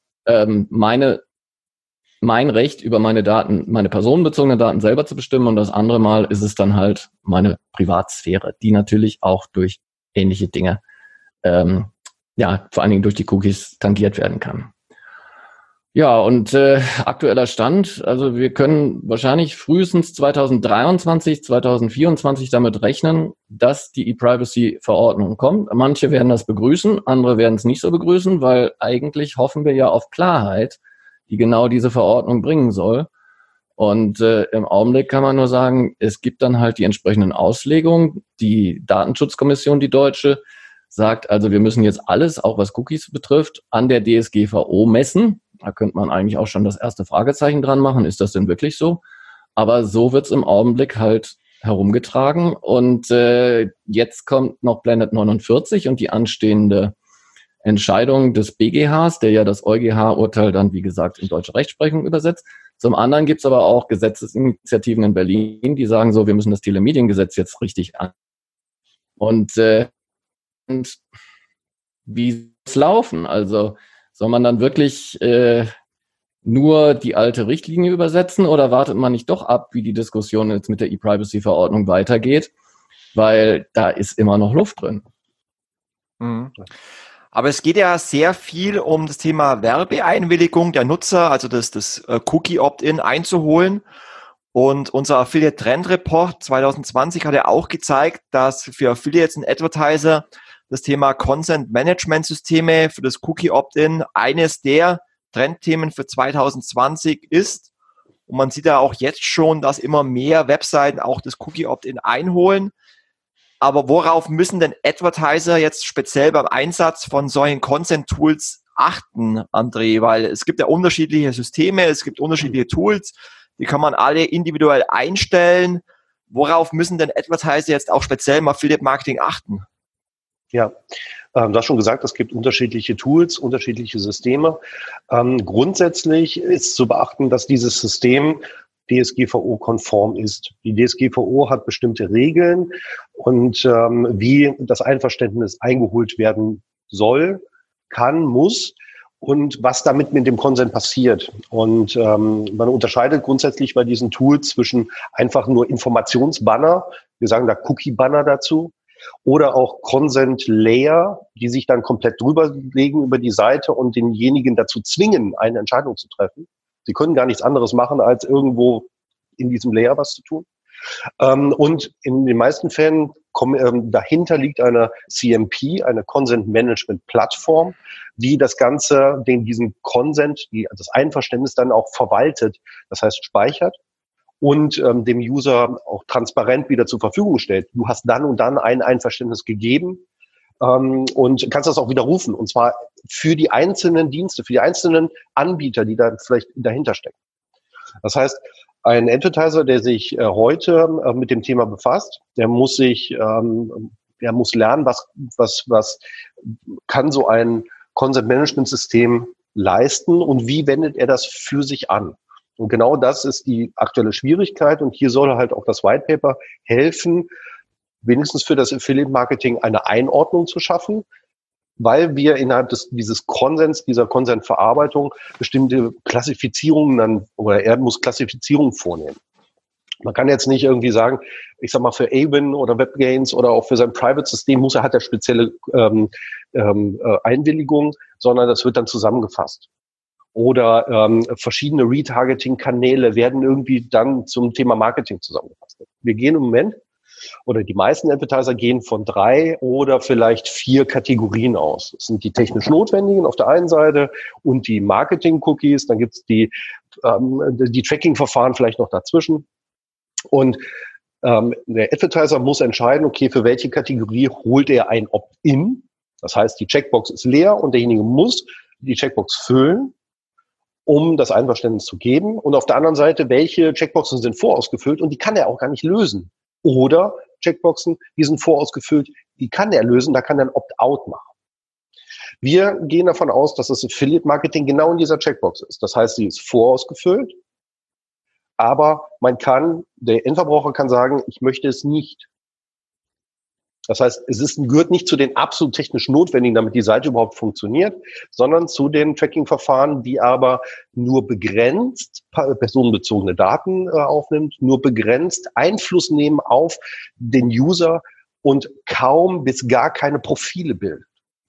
mein Recht über meine Daten, meine personenbezogenen Daten selber zu bestimmen und das andere Mal ist es dann halt meine Privatsphäre, die natürlich auch durch ähnliche Dinge, vor allen Dingen durch die Cookies tangiert werden kann. Ja, und aktueller Stand, also wir können wahrscheinlich frühestens 2023, 2024 damit rechnen, dass die E-Privacy-Verordnung kommt. Manche werden das begrüßen, andere werden es nicht so begrüßen, weil eigentlich hoffen wir ja auf Klarheit, die genau diese Verordnung bringen soll. Und im Augenblick kann man nur sagen, es gibt dann halt die entsprechenden Auslegungen. Die Datenschutzkommission, die deutsche, sagt also, wir müssen jetzt alles, auch was Cookies betrifft, an der DSGVO messen. Da könnte man eigentlich auch schon das erste Fragezeichen dran machen. Ist das denn wirklich so? Aber so wird es im Augenblick halt herumgetragen. Und jetzt kommt noch Blended 49 und die anstehende Entscheidung des BGHs, der ja das EuGH-Urteil dann, wie gesagt, in deutsche Rechtsprechung übersetzt. Zum anderen gibt es aber auch Gesetzesinitiativen in Berlin, die sagen so, wir müssen das Telemediengesetz jetzt richtig an. Und wie soll es laufen? Also soll man dann wirklich nur die alte Richtlinie übersetzen oder wartet man nicht doch ab, wie die Diskussion jetzt mit der E-Privacy-Verordnung weitergeht? Weil da ist immer noch Luft drin. Mhm. Aber es geht ja sehr viel um das Thema Werbeeinwilligung der Nutzer, also das Cookie-Opt-in einzuholen. Und unser Affiliate Trend Report 2020 hat ja auch gezeigt, dass für Affiliates und Advertiser das Thema Consent Management Systeme für das Cookie Opt-in eines der Trendthemen für 2020 ist. Und man sieht ja auch jetzt schon, dass immer mehr Webseiten auch das Cookie Opt-in einholen. Aber worauf müssen denn Advertiser jetzt speziell beim Einsatz von solchen Consent-Tools achten, André? Weil es gibt ja unterschiedliche Systeme, es gibt unterschiedliche Tools, die kann man alle individuell einstellen. Worauf müssen denn Advertiser jetzt auch speziell im Affiliate-Marketing achten? Ja, du hast schon gesagt, es gibt unterschiedliche Tools, unterschiedliche Systeme. Grundsätzlich ist zu beachten, dass dieses System DSGVO-konform ist. Die DSGVO hat bestimmte Regeln und wie das Einverständnis eingeholt werden soll, kann, muss und was damit mit dem Consent passiert. Und man unterscheidet grundsätzlich bei diesen Tools zwischen einfach nur Informationsbanner, wir sagen da Cookie-Banner dazu, oder auch Consent Layer, die sich dann komplett drüber legen über die Seite und denjenigen dazu zwingen, eine Entscheidung zu treffen. Sie können gar nichts anderes machen, als irgendwo in diesem Layer was zu tun. Und in den meisten Fällen dahinter liegt eine CMP, eine Consent Management Plattform, die das Ganze, diesen Consent, das Einverständnis dann auch verwaltet, das heißt speichert und dem User auch transparent wieder zur Verfügung stellt. Du hast dann und dann ein Einverständnis gegeben und kannst das auch widerrufen. Und zwar für die einzelnen Dienste, für die einzelnen Anbieter, die da vielleicht dahinter stecken. Das heißt, ein Advertiser, der sich heute mit dem Thema befasst, der muss lernen, was kann so ein Consent-Management-System leisten und wie wendet er das für sich an. Und genau das ist die aktuelle Schwierigkeit. Und hier soll halt auch das White Paper helfen, wenigstens für das Affiliate-Marketing eine Einordnung zu schaffen, weil wir innerhalb dieses Konsens, dieser Konsensverarbeitung bestimmte Klassifizierungen dann, oder er muss Klassifizierungen vornehmen. Man kann jetzt nicht irgendwie sagen, ich sag mal für Awin oder WebGains oder auch für sein Private-System hat er spezielle Einwilligung, sondern das wird dann zusammengefasst. Oder verschiedene Retargeting-Kanäle werden irgendwie dann zum Thema Marketing zusammengefasst. Wir gehen im Moment, oder die meisten Advertiser gehen von 3 oder vielleicht 4 Kategorien aus. Das sind die technisch notwendigen auf der einen Seite und die Marketing-Cookies, dann gibt's die Tracking-Verfahren vielleicht noch dazwischen. Und der Advertiser muss entscheiden, okay, für welche Kategorie holt er ein Opt-in. Das heißt, die Checkbox ist leer und derjenige muss die Checkbox füllen, um das Einverständnis zu geben. Und auf der anderen Seite, welche Checkboxen sind vorausgefüllt und die kann er auch gar nicht lösen. Oder Checkboxen, die sind vorausgefüllt, die kann er lösen, da kann er ein Opt-out machen. Wir gehen davon aus, dass das Affiliate-Marketing genau in dieser Checkbox ist. Das heißt, sie ist vorausgefüllt, aber der Endverbraucher kann sagen, ich möchte es nicht. Das heißt, gehört nicht zu den absolut technisch notwendigen, damit die Seite überhaupt funktioniert, sondern zu den Tracking-Verfahren, die aber nur begrenzt personenbezogene Daten aufnimmt, nur begrenzt Einfluss nehmen auf den User und kaum bis gar keine Profile bildet.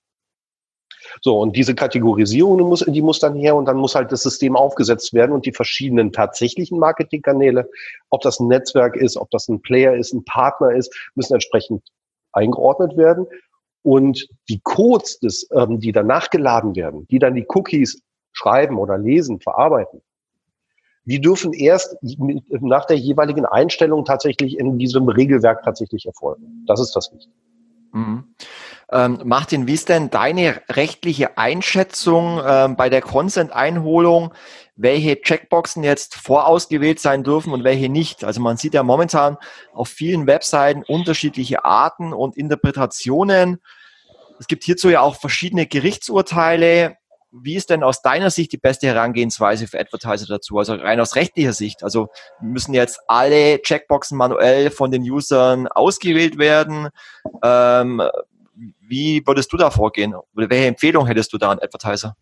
So, und diese Kategorisierung, die muss dann her und dann muss halt das System aufgesetzt werden und die verschiedenen tatsächlichen Marketingkanäle, ob das ein Netzwerk ist, ob das ein Player ist, ein Partner ist, müssen entsprechend eingeordnet werden. Und die Codes, die dann nachgeladen werden, die dann die Cookies schreiben oder lesen, verarbeiten, die dürfen erst nach der jeweiligen Einstellung tatsächlich in diesem Regelwerk tatsächlich erfolgen. Das ist das Wichtige. Mhm. Martin, wie ist denn deine rechtliche Einschätzung bei der Consent-Einholung, welche Checkboxen jetzt vorausgewählt sein dürfen und welche nicht? Also man sieht ja momentan auf vielen Webseiten unterschiedliche Arten und Interpretationen. Es gibt hierzu ja auch verschiedene Gerichtsurteile. Wie ist denn aus deiner Sicht die beste Herangehensweise für Advertiser dazu? Also rein aus rechtlicher Sicht. Also müssen jetzt alle Checkboxen manuell von den Usern ausgewählt werden? Wie würdest du da vorgehen? Oder welche Empfehlung hättest du da an Advertiser?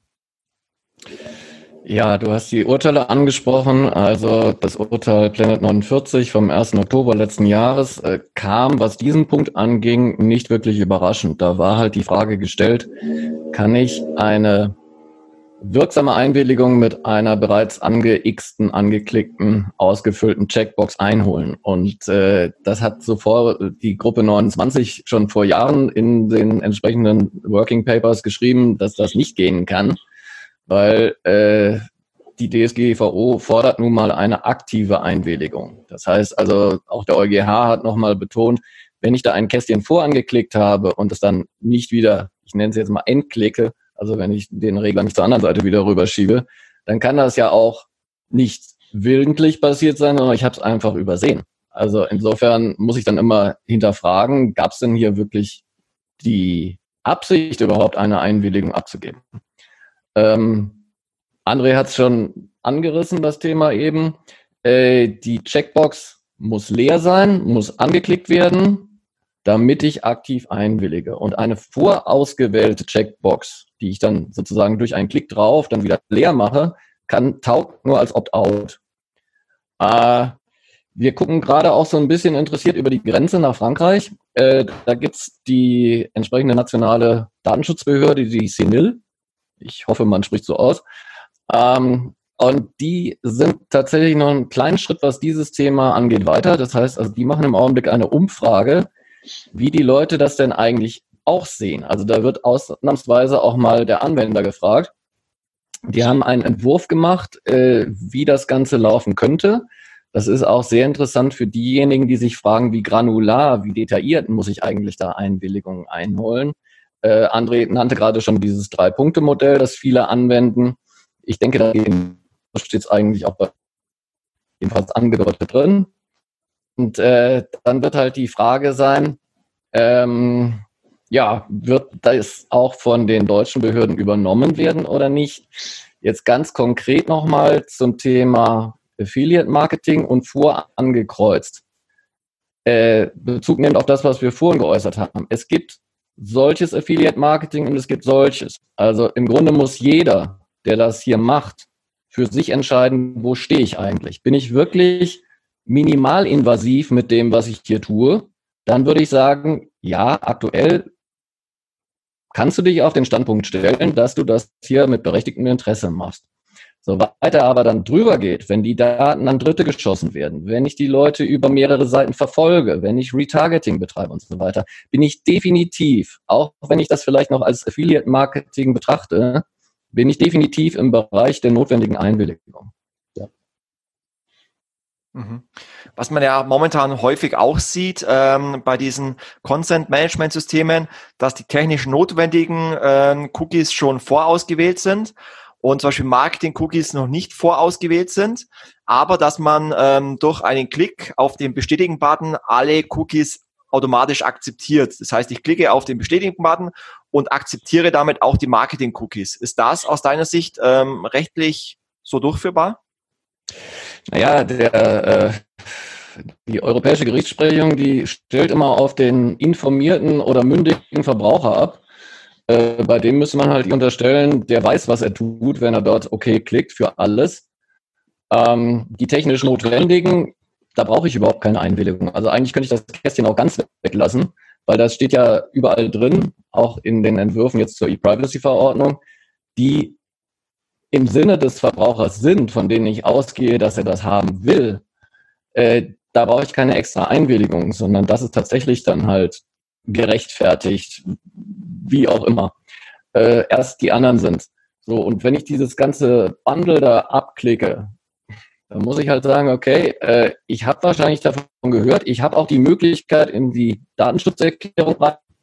Ja, du hast die Urteile angesprochen. Also das Urteil Planet 49 vom 1. Oktober letzten Jahres kam, was diesen Punkt anging, nicht wirklich überraschend. Da war halt die Frage gestellt, kann ich eine wirksame Einwilligung mit einer bereits angeklickten, ausgefüllten Checkbox einholen. Und das hat zuvor die Gruppe 29 schon vor Jahren in den entsprechenden Working Papers geschrieben, dass das nicht gehen kann, weil die DSGVO fordert nun mal eine aktive Einwilligung. Das heißt also, auch der EuGH hat nochmal betont, wenn ich da ein Kästchen vorangeklickt habe und es dann nicht wieder, ich nenne es jetzt mal entklicke, also wenn ich den Regler nicht zur anderen Seite wieder rüberschiebe, dann kann das ja auch nicht willentlich passiert sein, sondern ich habe es einfach übersehen. Also insofern muss ich dann immer hinterfragen, gab es denn hier wirklich die Absicht, überhaupt eine Einwilligung abzugeben? André hat es schon angerissen, das Thema eben. Die Checkbox muss leer sein, muss angeklickt werden, damit ich aktiv einwillige. Und eine vorausgewählte Checkbox, die ich dann sozusagen durch einen Klick drauf dann wieder leer mache, taugt nur als Opt-out. Wir gucken gerade auch so ein bisschen interessiert über die Grenze nach Frankreich. Da gibt's die entsprechende nationale Datenschutzbehörde, die CNIL. Ich hoffe, man spricht so aus. Und die sind tatsächlich noch einen kleinen Schritt, was dieses Thema angeht, weiter. Das heißt, also die machen im Augenblick eine Umfrage, wie die Leute das denn eigentlich auch sehen. Also da wird ausnahmsweise auch mal der Anwender gefragt. Die haben einen Entwurf gemacht, wie das Ganze laufen könnte. Das ist auch sehr interessant für diejenigen, die sich fragen, wie granular, wie detailliert muss ich eigentlich da Einwilligungen einholen. André nannte gerade schon dieses 3-Punkte-Modell, das viele anwenden. Ich denke, da steht es eigentlich auch jedenfalls angedeutet drin. Und dann wird halt die Frage sein, wird das auch von den deutschen Behörden übernommen werden oder nicht? Jetzt ganz konkret nochmal zum Thema Affiliate Marketing und vorangekreuzt. Bezug nehmend auf das, was wir vorhin geäußert haben. Es gibt solches Affiliate Marketing und es gibt solches. Also im Grunde muss jeder, der das hier macht, für sich entscheiden, wo stehe ich eigentlich? Bin ich wirklich minimalinvasiv mit dem, was ich hier tue? Dann würde ich sagen, ja, aktuell kannst du dich auf den Standpunkt stellen, dass du das hier mit berechtigtem Interesse machst. Sobald er aber dann drüber geht, wenn die Daten an Dritte geschossen werden, wenn ich die Leute über mehrere Seiten verfolge, wenn ich Retargeting betreibe und so weiter, bin ich definitiv, auch wenn ich das vielleicht noch als Affiliate-Marketing betrachte, bin ich definitiv im Bereich der notwendigen Einwilligung. Ja. Was man ja momentan häufig auch sieht bei diesen Consent-Management-Systemen, dass die technisch notwendigen Cookies schon vorausgewählt sind und zum Beispiel Marketing-Cookies noch nicht vorausgewählt sind, aber dass man durch einen Klick auf den Bestätigen-Button alle Cookies automatisch akzeptiert. Das heißt, ich klicke auf den Bestätigen-Button und akzeptiere damit auch die Marketing-Cookies. Ist das aus deiner Sicht rechtlich so durchführbar? Naja, die europäische Rechtsprechung, die stellt immer auf den informierten oder mündigen Verbraucher ab. Bei dem müsste man halt unterstellen, der weiß, was er tut, wenn er dort okay klickt für alles. Die technisch notwendigen, da brauche ich überhaupt keine Einwilligung. Also eigentlich könnte ich das Kästchen auch ganz weglassen, weil das steht ja überall drin, auch in den Entwürfen jetzt zur E-Privacy-Verordnung, die im Sinne des Verbrauchers sind, von denen ich ausgehe, dass er das haben will. Da brauche ich keine extra Einwilligung, sondern das ist tatsächlich dann halt gerechtfertigt, wie auch immer. Erst die anderen sind. So, und wenn ich dieses ganze Bundle da abklicke, dann muss ich halt sagen, okay, ich habe wahrscheinlich davon gehört, ich habe auch die Möglichkeit, in die Datenschutzerklärung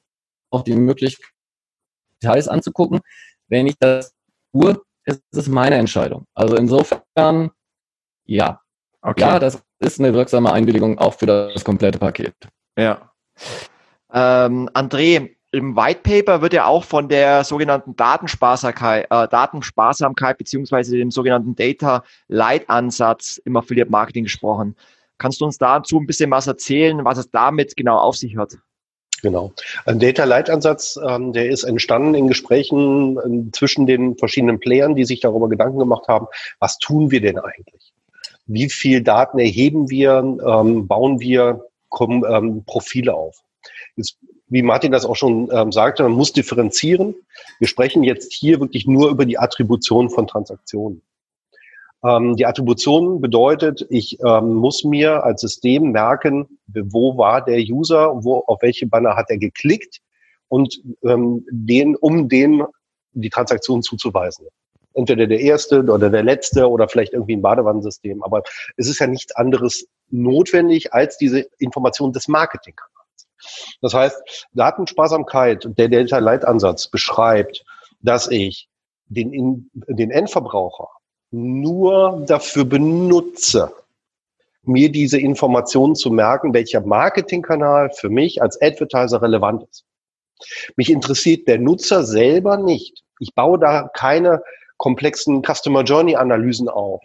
auch die Möglichkeit, Details anzugucken. Wenn ich das tue, ist es meine Entscheidung. Also insofern, ja. Okay. Ja, das ist eine wirksame Einwilligung auch für das komplette Paket. Ja. André, im White Paper wird ja auch von der sogenannten Datensparsamkeit beziehungsweise dem sogenannten Data Light Ansatz im Affiliate Marketing gesprochen. Kannst du uns dazu ein bisschen was erzählen, was es damit genau auf sich hat? Genau. Ein Data Light Ansatz, der ist entstanden in Gesprächen zwischen den verschiedenen Playern, die sich darüber Gedanken gemacht haben, was tun wir denn eigentlich? Wie viel Daten erheben wir, bauen wir Profile auf? Jetzt, wie Martin das auch schon sagte, man muss differenzieren. Wir sprechen jetzt hier wirklich nur über die Attribution von Transaktionen. Die Attribution bedeutet, ich muss mir als System merken, wo war der User, auf welche Banner hat er geklickt und um den die Transaktion zuzuweisen. Entweder der erste oder der letzte oder vielleicht irgendwie ein Badewannensystem. Aber es ist ja nichts anderes notwendig als diese Information des Marketingkanals. Das heißt, Datensparsamkeit und der Data Light Ansatz beschreibt, dass ich den Endverbraucher nur dafür benutze, mir diese Informationen zu merken, welcher Marketingkanal für mich als Advertiser relevant ist. Mich interessiert der Nutzer selber nicht. Ich baue da keine komplexen Customer Journey Analysen auf.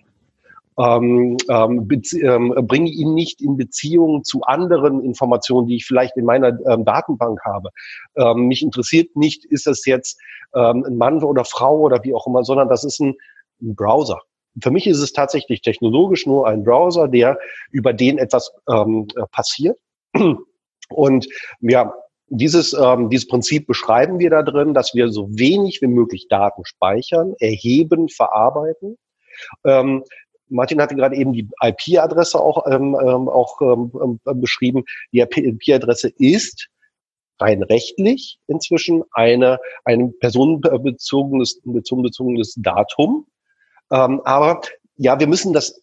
Bringe ihn nicht in Beziehung zu anderen Informationen, die ich vielleicht in meiner Datenbank habe. Mich interessiert nicht, ist das jetzt ein Mann oder Frau oder wie auch immer, sondern das ist ein Browser. Für mich ist es tatsächlich technologisch nur ein Browser, über den etwas passiert. Und ja, dieses Prinzip beschreiben wir da drin, dass wir so wenig wie möglich Daten speichern, erheben, verarbeiten. Martin hatte gerade eben die IP-Adresse auch beschrieben. Die IP-Adresse ist rein rechtlich inzwischen ein personenbezogenes Datum. Aber ja, wir müssen das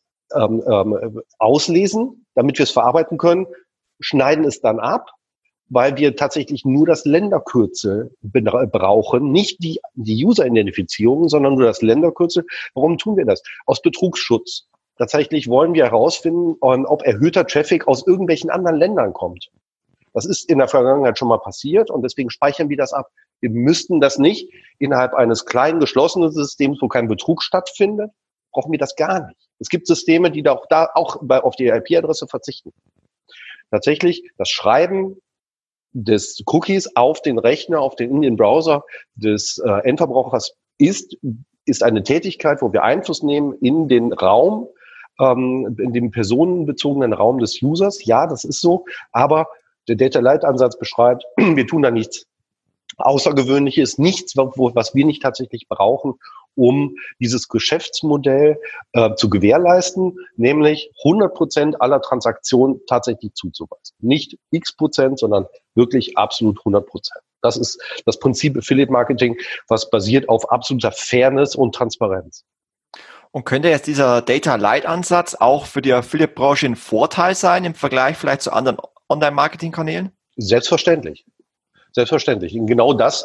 auslesen, damit wir es verarbeiten können, schneiden es dann ab, weil wir tatsächlich nur das Länderkürzel brauchen, nicht die User-Identifizierung, sondern nur das Länderkürzel. Warum tun wir das? Aus Betrugsschutz. Tatsächlich wollen wir herausfinden, ob erhöhter Traffic aus irgendwelchen anderen Ländern kommt. Das ist in der Vergangenheit schon mal passiert und deswegen speichern wir das ab. Wir müssten das nicht innerhalb eines kleinen, geschlossenen Systems, wo kein Betrug stattfindet, brauchen wir das gar nicht. Es gibt Systeme, die auch auf die IP-Adresse verzichten. Tatsächlich das Schreiben des Cookies auf den Rechner, in den Browser des Endverbrauchers ist eine Tätigkeit, wo wir Einfluss nehmen in den Raum, in den personenbezogenen Raum des Users. Ja, das ist so, aber der Data Light Ansatz beschreibt, wir tun da nichts Außergewöhnliches, nichts, was wir nicht tatsächlich brauchen, um dieses Geschäftsmodell zu gewährleisten, nämlich 100% aller Transaktionen tatsächlich zuzuweisen. Nicht x%, sondern wirklich absolut 100%. Das ist das Prinzip Affiliate Marketing, was basiert auf absoluter Fairness und Transparenz. Und könnte jetzt dieser Data Light Ansatz auch für die Affiliate-Branche ein Vorteil sein im Vergleich vielleicht zu anderen Online-Marketing-Kanälen? Selbstverständlich. Selbstverständlich. Und genau das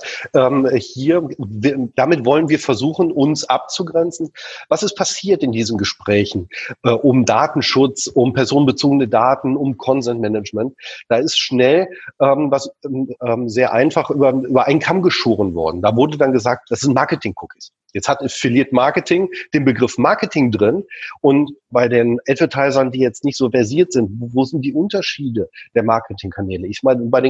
damit wollen wir versuchen, uns abzugrenzen. Was ist passiert in diesen Gesprächen um Datenschutz, um personenbezogene Daten, um Consent Management? Da ist schnell sehr einfach über einen Kamm geschoren worden. Da wurde dann gesagt, das sind Marketing-Cookies. Jetzt hat Affiliate Marketing den Begriff Marketing drin und bei den Advertisern, die jetzt nicht so versiert sind, wo sind die Unterschiede der Marketingkanäle? Ich meine, bei den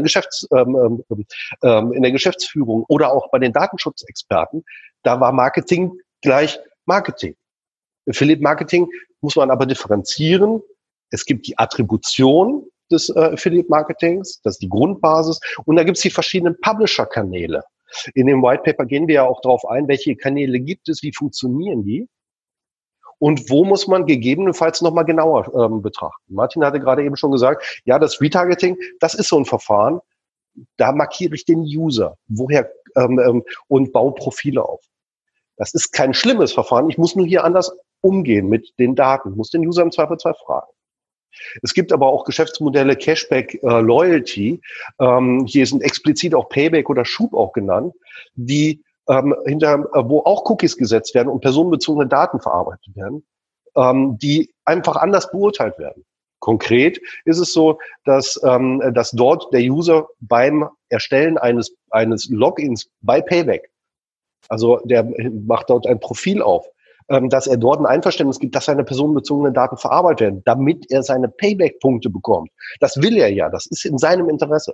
in der Geschäftsführung oder auch bei den Datenschutzexperten, da war Marketing gleich Marketing. Affiliate Marketing muss man aber differenzieren. Es gibt die Attribution des Affiliate Marketings, das ist die Grundbasis, und da gibt es die verschiedenen Publisher-Kanäle. In dem White Paper gehen wir ja auch darauf ein, welche Kanäle gibt es, wie funktionieren die und wo muss man gegebenenfalls nochmal genauer betrachten. Martin hatte gerade eben schon gesagt, ja, das Retargeting, das ist so ein Verfahren, da markiere ich den User, und baue Profile auf. Das ist kein schlimmes Verfahren, ich muss nur hier anders umgehen mit den Daten, muss den User im Zweifelsfall fragen. Es gibt aber auch Geschäftsmodelle Cashback, Loyalty. Hier sind explizit auch Payback oder Schub auch genannt, die wo auch Cookies gesetzt werden und personenbezogene Daten verarbeitet werden, die einfach anders beurteilt werden. Konkret ist es so, dass dort der User beim Erstellen eines Logins bei Payback, also der macht dort ein Profil auf, dass er dort ein Einverständnis gibt, dass seine personenbezogenen Daten verarbeitet werden, damit er seine Payback-Punkte bekommt. Das will er ja, das ist in seinem Interesse.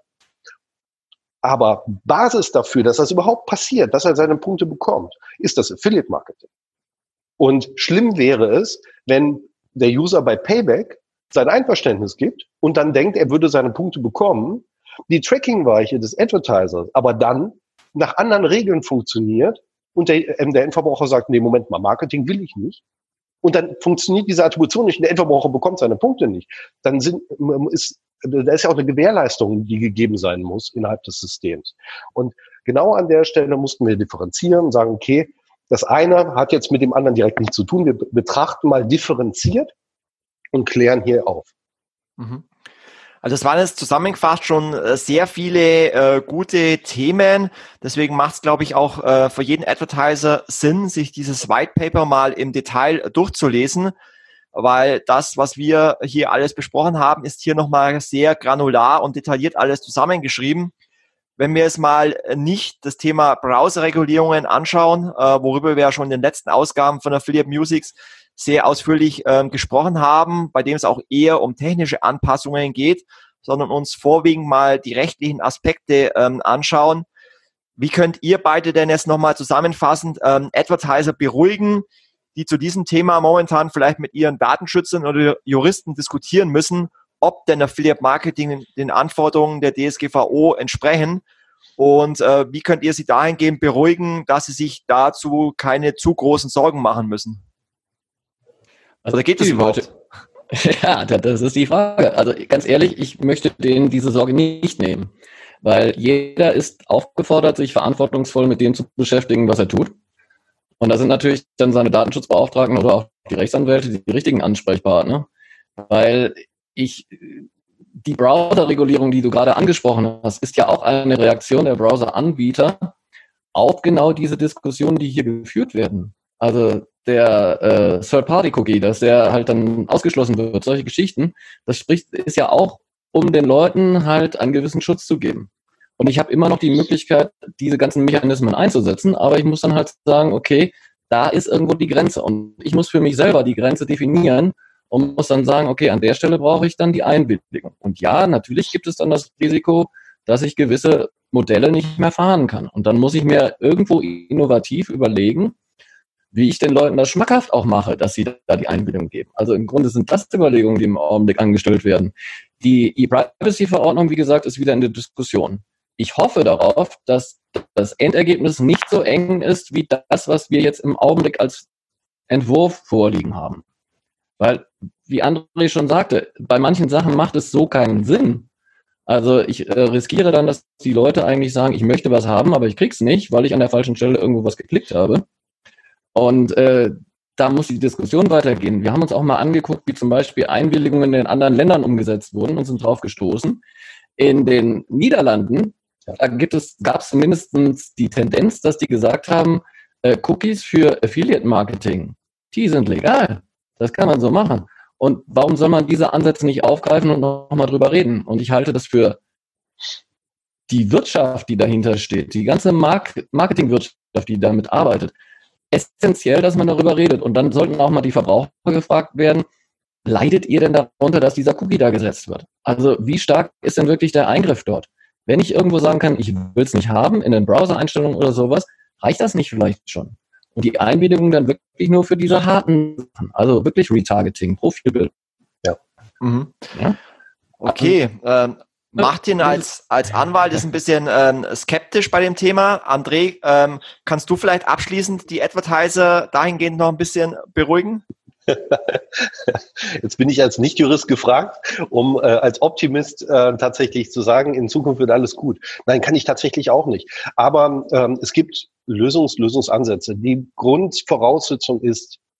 Aber Basis dafür, dass das überhaupt passiert, dass er seine Punkte bekommt, ist das Affiliate-Marketing. Und schlimm wäre es, wenn der User bei Payback sein Einverständnis gibt und dann denkt, er würde seine Punkte bekommen, die Tracking-Weiche des Advertisers aber dann nach anderen Regeln funktioniert und der Endverbraucher sagt, nee, Moment mal, Marketing will ich nicht. Und dann funktioniert diese Attribution nicht und der Endverbraucher bekommt seine Punkte nicht. Dann da ist ja auch eine Gewährleistung, die gegeben sein muss innerhalb des Systems. Und genau an der Stelle mussten wir differenzieren und sagen, okay, das eine hat jetzt mit dem anderen direkt nichts zu tun. Wir betrachten mal differenziert und klären hier auf. Also das waren jetzt zusammengefasst schon sehr viele gute Themen. Deswegen macht es, glaube ich, auch für jeden Advertiser Sinn, sich dieses White Paper mal im Detail durchzulesen, weil das, was wir hier alles besprochen haben, ist hier nochmal sehr granular und detailliert alles zusammengeschrieben. Wenn wir jetzt mal nicht das Thema Browserregulierungen anschauen, worüber wir ja schon in den letzten Ausgaben von Affiliate Musics sehr ausführlich gesprochen haben, bei dem es auch eher um technische Anpassungen geht, sondern uns vorwiegend mal die rechtlichen Aspekte anschauen. Wie könnt ihr beide denn jetzt nochmal zusammenfassend Advertiser beruhigen, die zu diesem Thema momentan vielleicht mit ihren Datenschützern oder Juristen diskutieren müssen, ob denn Affiliate Marketing den Anforderungen der DSGVO entsprechen? Und wie könnt ihr sie dahingehend beruhigen, dass sie sich dazu keine zu großen Sorgen machen müssen? Also geht es überhaupt? Ja, das ist die Frage. Also ganz ehrlich, ich möchte denen diese Sorge nicht nehmen, weil jeder ist aufgefordert, sich verantwortungsvoll mit dem zu beschäftigen, was er tut. Und da sind natürlich dann seine Datenschutzbeauftragten oder auch die Rechtsanwälte die richtigen Ansprechpartner, weil die Browser-Regulierung, die du gerade angesprochen hast, ist ja auch eine Reaktion der Browser-Anbieter auf genau diese Diskussionen, die hier geführt werden. Also der Third-Party-Cookie, dass der halt dann ausgeschlossen wird, solche Geschichten, ist ja auch, um den Leuten halt einen gewissen Schutz zu geben. Und ich habe immer noch die Möglichkeit, diese ganzen Mechanismen einzusetzen, aber ich muss dann halt sagen, okay, da ist irgendwo die Grenze. Und ich muss für mich selber die Grenze definieren und muss dann sagen, okay, an der Stelle brauche ich dann die Einwilligung. Und ja, natürlich gibt es dann das Risiko, dass ich gewisse Modelle nicht mehr fahren kann. Und dann muss ich mir irgendwo innovativ überlegen, wie ich den Leuten das schmackhaft auch mache, dass sie da die Einbindung geben. Also im Grunde sind das Überlegungen, die im Augenblick angestellt werden. Die E-Privacy-Verordnung, wie gesagt, ist wieder in der Diskussion. Ich hoffe darauf, dass das Endergebnis nicht so eng ist, wie das, was wir jetzt im Augenblick als Entwurf vorliegen haben. Weil, wie André schon sagte, bei manchen Sachen macht es so keinen Sinn. Also ich riskiere dann, dass die Leute eigentlich sagen, ich möchte was haben, aber ich krieg's nicht, weil ich an der falschen Stelle irgendwo was geklickt habe. Und da muss die Diskussion weitergehen. Wir haben uns auch mal angeguckt, wie zum Beispiel Einwilligungen in anderen Ländern umgesetzt wurden und sind drauf gestoßen. In den Niederlanden gab es mindestens die Tendenz, dass die gesagt haben, Cookies für Affiliate-Marketing, die sind legal. Das kann man so machen. Und warum soll man diese Ansätze nicht aufgreifen und nochmal drüber reden? Und ich halte das für die Wirtschaft, die dahinter steht, die ganze Marketingwirtschaft, die damit arbeitet, essentiell, dass man darüber redet. Und dann sollten auch mal die Verbraucher gefragt werden, leidet ihr denn darunter, dass dieser Cookie da gesetzt wird? Also wie stark ist denn wirklich der Eingriff dort? Wenn ich irgendwo sagen kann, ich will es nicht haben, in den Browser-Einstellungen oder sowas, reicht das nicht vielleicht schon? Und die Einwilligung dann wirklich nur für diese harten Sachen, also wirklich Retargeting, Profilbild. Ja. Mhm. Ja? Okay, Martin als Anwalt ist ein bisschen skeptisch bei dem Thema. André, kannst du vielleicht abschließend die Advertiser dahingehend noch ein bisschen beruhigen? Jetzt bin ich als Nicht-Jurist gefragt, um als Optimist tatsächlich zu sagen, in Zukunft wird alles gut. Nein, kann ich tatsächlich auch nicht. Aber es gibt Lösungsansätze. Die Grundvoraussetzung ist,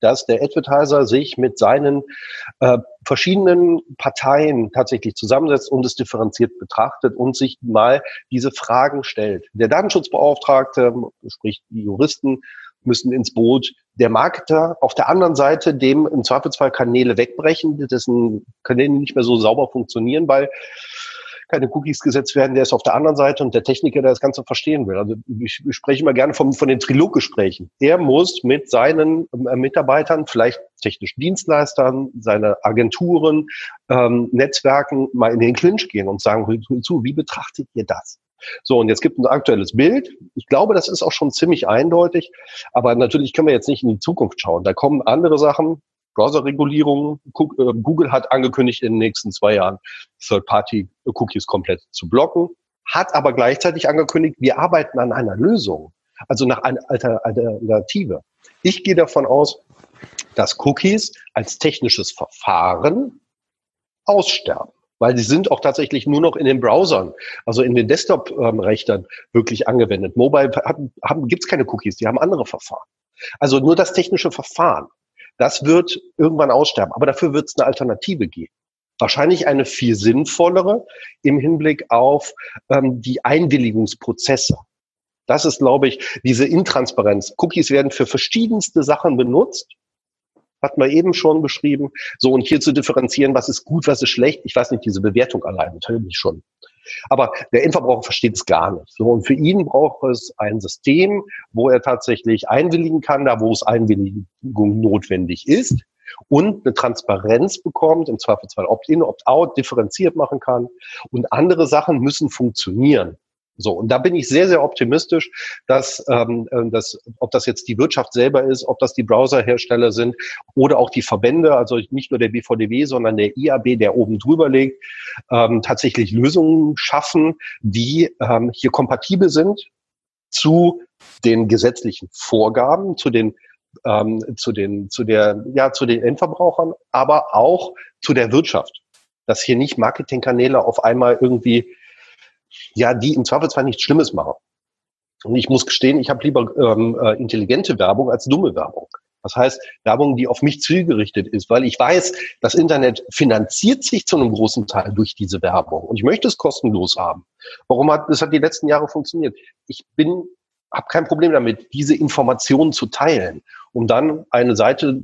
dass der Advertiser sich mit seinen verschiedenen Parteien tatsächlich zusammensetzt und es differenziert betrachtet und sich mal diese Fragen stellt. Der Datenschutzbeauftragte, sprich die Juristen, müssen ins Boot. Der Marketer auf der anderen Seite, dem im Zweifelsfall Kanäle wegbrechen, dessen Kanäle nicht mehr so sauber funktionieren, weil keine Cookies gesetzt werden, der ist auf der anderen Seite und der Techniker, der das Ganze verstehen will. Also ich spreche immer gerne von den Triloggesprächen. Er muss mit seinen Mitarbeitern, vielleicht technischen Dienstleistern, seine Agenturen, Netzwerken mal in den Clinch gehen und sagen, wie betrachtet ihr das? So, und jetzt gibt es ein aktuelles Bild. Ich glaube, das ist auch schon ziemlich eindeutig. Aber natürlich können wir jetzt nicht in die Zukunft schauen. Da kommen andere Sachen, Browser-Regulierung. Google hat angekündigt, in den nächsten 2 Jahren Third-Party-Cookies komplett zu blocken, hat aber gleichzeitig angekündigt, wir arbeiten an einer Lösung, also nach einer Alternative. Ich gehe davon aus, dass Cookies als technisches Verfahren aussterben, weil sie sind auch tatsächlich nur noch in den Browsern, also in den Desktop-Rechnern wirklich angewendet. Mobile gibt es keine Cookies, die haben andere Verfahren. Also nur das technische Verfahren. Das wird irgendwann aussterben, aber dafür wird es eine Alternative geben. Wahrscheinlich eine viel sinnvollere im Hinblick auf die Einwilligungsprozesse. Das ist, glaube ich, diese Intransparenz. Cookies werden für verschiedenste Sachen benutzt. Hat man eben schon beschrieben. So, und hier zu differenzieren, was ist gut, was ist schlecht. Ich weiß nicht, diese Bewertung allein, natürlich schon. Aber der Endverbraucher versteht es gar nicht. So, und für ihn braucht es ein System, wo er tatsächlich einwilligen kann, da wo es Einwilligung notwendig ist und eine Transparenz bekommt, im Zweifelsfall Opt-in, Opt-out, differenziert machen kann. Und andere Sachen müssen funktionieren. So, und da bin ich sehr, sehr optimistisch, dass ob das jetzt die Wirtschaft selber ist, ob das die Browserhersteller sind oder auch die Verbände, also nicht nur der BVDW, sondern der IAB, der oben drüber liegt, tatsächlich Lösungen schaffen, die hier kompatibel sind zu den gesetzlichen Vorgaben, zu den Endverbrauchern, aber auch zu der Wirtschaft, dass hier nicht Marketingkanäle auf einmal irgendwie die im Zweifelsfall nichts Schlimmes machen. Und ich muss gestehen, ich habe lieber intelligente Werbung als dumme Werbung. Das heißt, Werbung, die auf mich zielgerichtet ist, weil ich weiß, das Internet finanziert sich zu einem großen Teil durch diese Werbung. Und ich möchte es kostenlos haben. Das hat die letzten Jahre funktioniert. Ich habe kein Problem damit, diese Informationen zu teilen, um dann eine Seite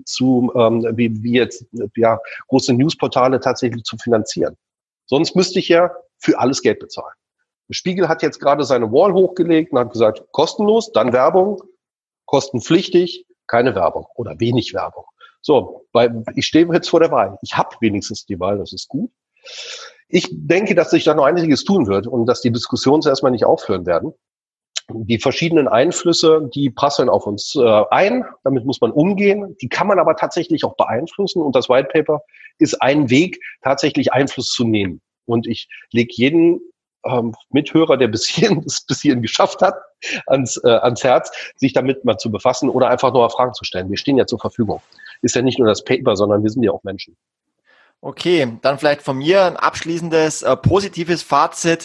wie jetzt große Newsportale tatsächlich zu finanzieren. Sonst müsste ich ja für alles Geld bezahlen. Der Spiegel hat jetzt gerade seine Wall hochgelegt und hat gesagt, kostenlos, dann Werbung, kostenpflichtig, keine Werbung oder wenig Werbung. So, weil ich stehe jetzt vor der Wahl. Ich habe wenigstens die Wahl, das ist gut. Ich denke, dass sich da noch einiges tun wird und dass die Diskussionen erstmal nicht aufhören werden. Die verschiedenen Einflüsse, die prasseln auf uns ein. Damit muss man umgehen. Die kann man aber tatsächlich auch beeinflussen. Und das White Paper ist ein Weg, tatsächlich Einfluss zu nehmen. Und ich lege jeden Mithörer, der es bis hierhin geschafft hat, ans Herz, sich damit mal zu befassen oder einfach nur Fragen zu stellen. Wir stehen ja zur Verfügung. Ist ja nicht nur das Paper, sondern wir sind ja auch Menschen. Okay, dann vielleicht von mir ein abschließendes positives Fazit,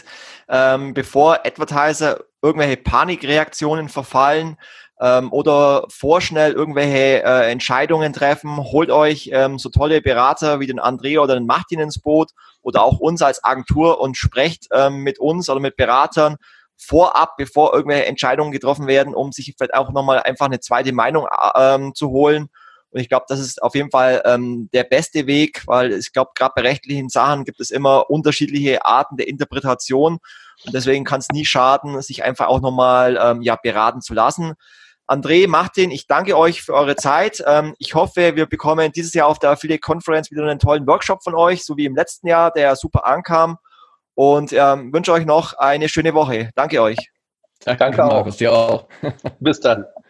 bevor Advertiser irgendwelche Panikreaktionen verfallen oder vorschnell irgendwelche Entscheidungen treffen, holt euch so tolle Berater wie den André oder den Martin ins Boot oder auch uns als Agentur und sprecht mit uns oder mit Beratern vorab, bevor irgendwelche Entscheidungen getroffen werden, um sich vielleicht auch nochmal einfach eine zweite Meinung zu holen. Und ich glaube, das ist auf jeden Fall der beste Weg, weil ich glaube, gerade bei rechtlichen Sachen gibt es immer unterschiedliche Arten der Interpretation. Und deswegen kann es nie schaden, sich einfach auch nochmal beraten zu lassen. André, Martin, ich danke euch für eure Zeit. Ich hoffe, wir bekommen dieses Jahr auf der Affiliate Conference wieder einen tollen Workshop von euch, so wie im letzten Jahr, der super ankam. Und wünsche euch noch eine schöne Woche. Danke euch. Danke auch. Markus, dir auch. Bis dann.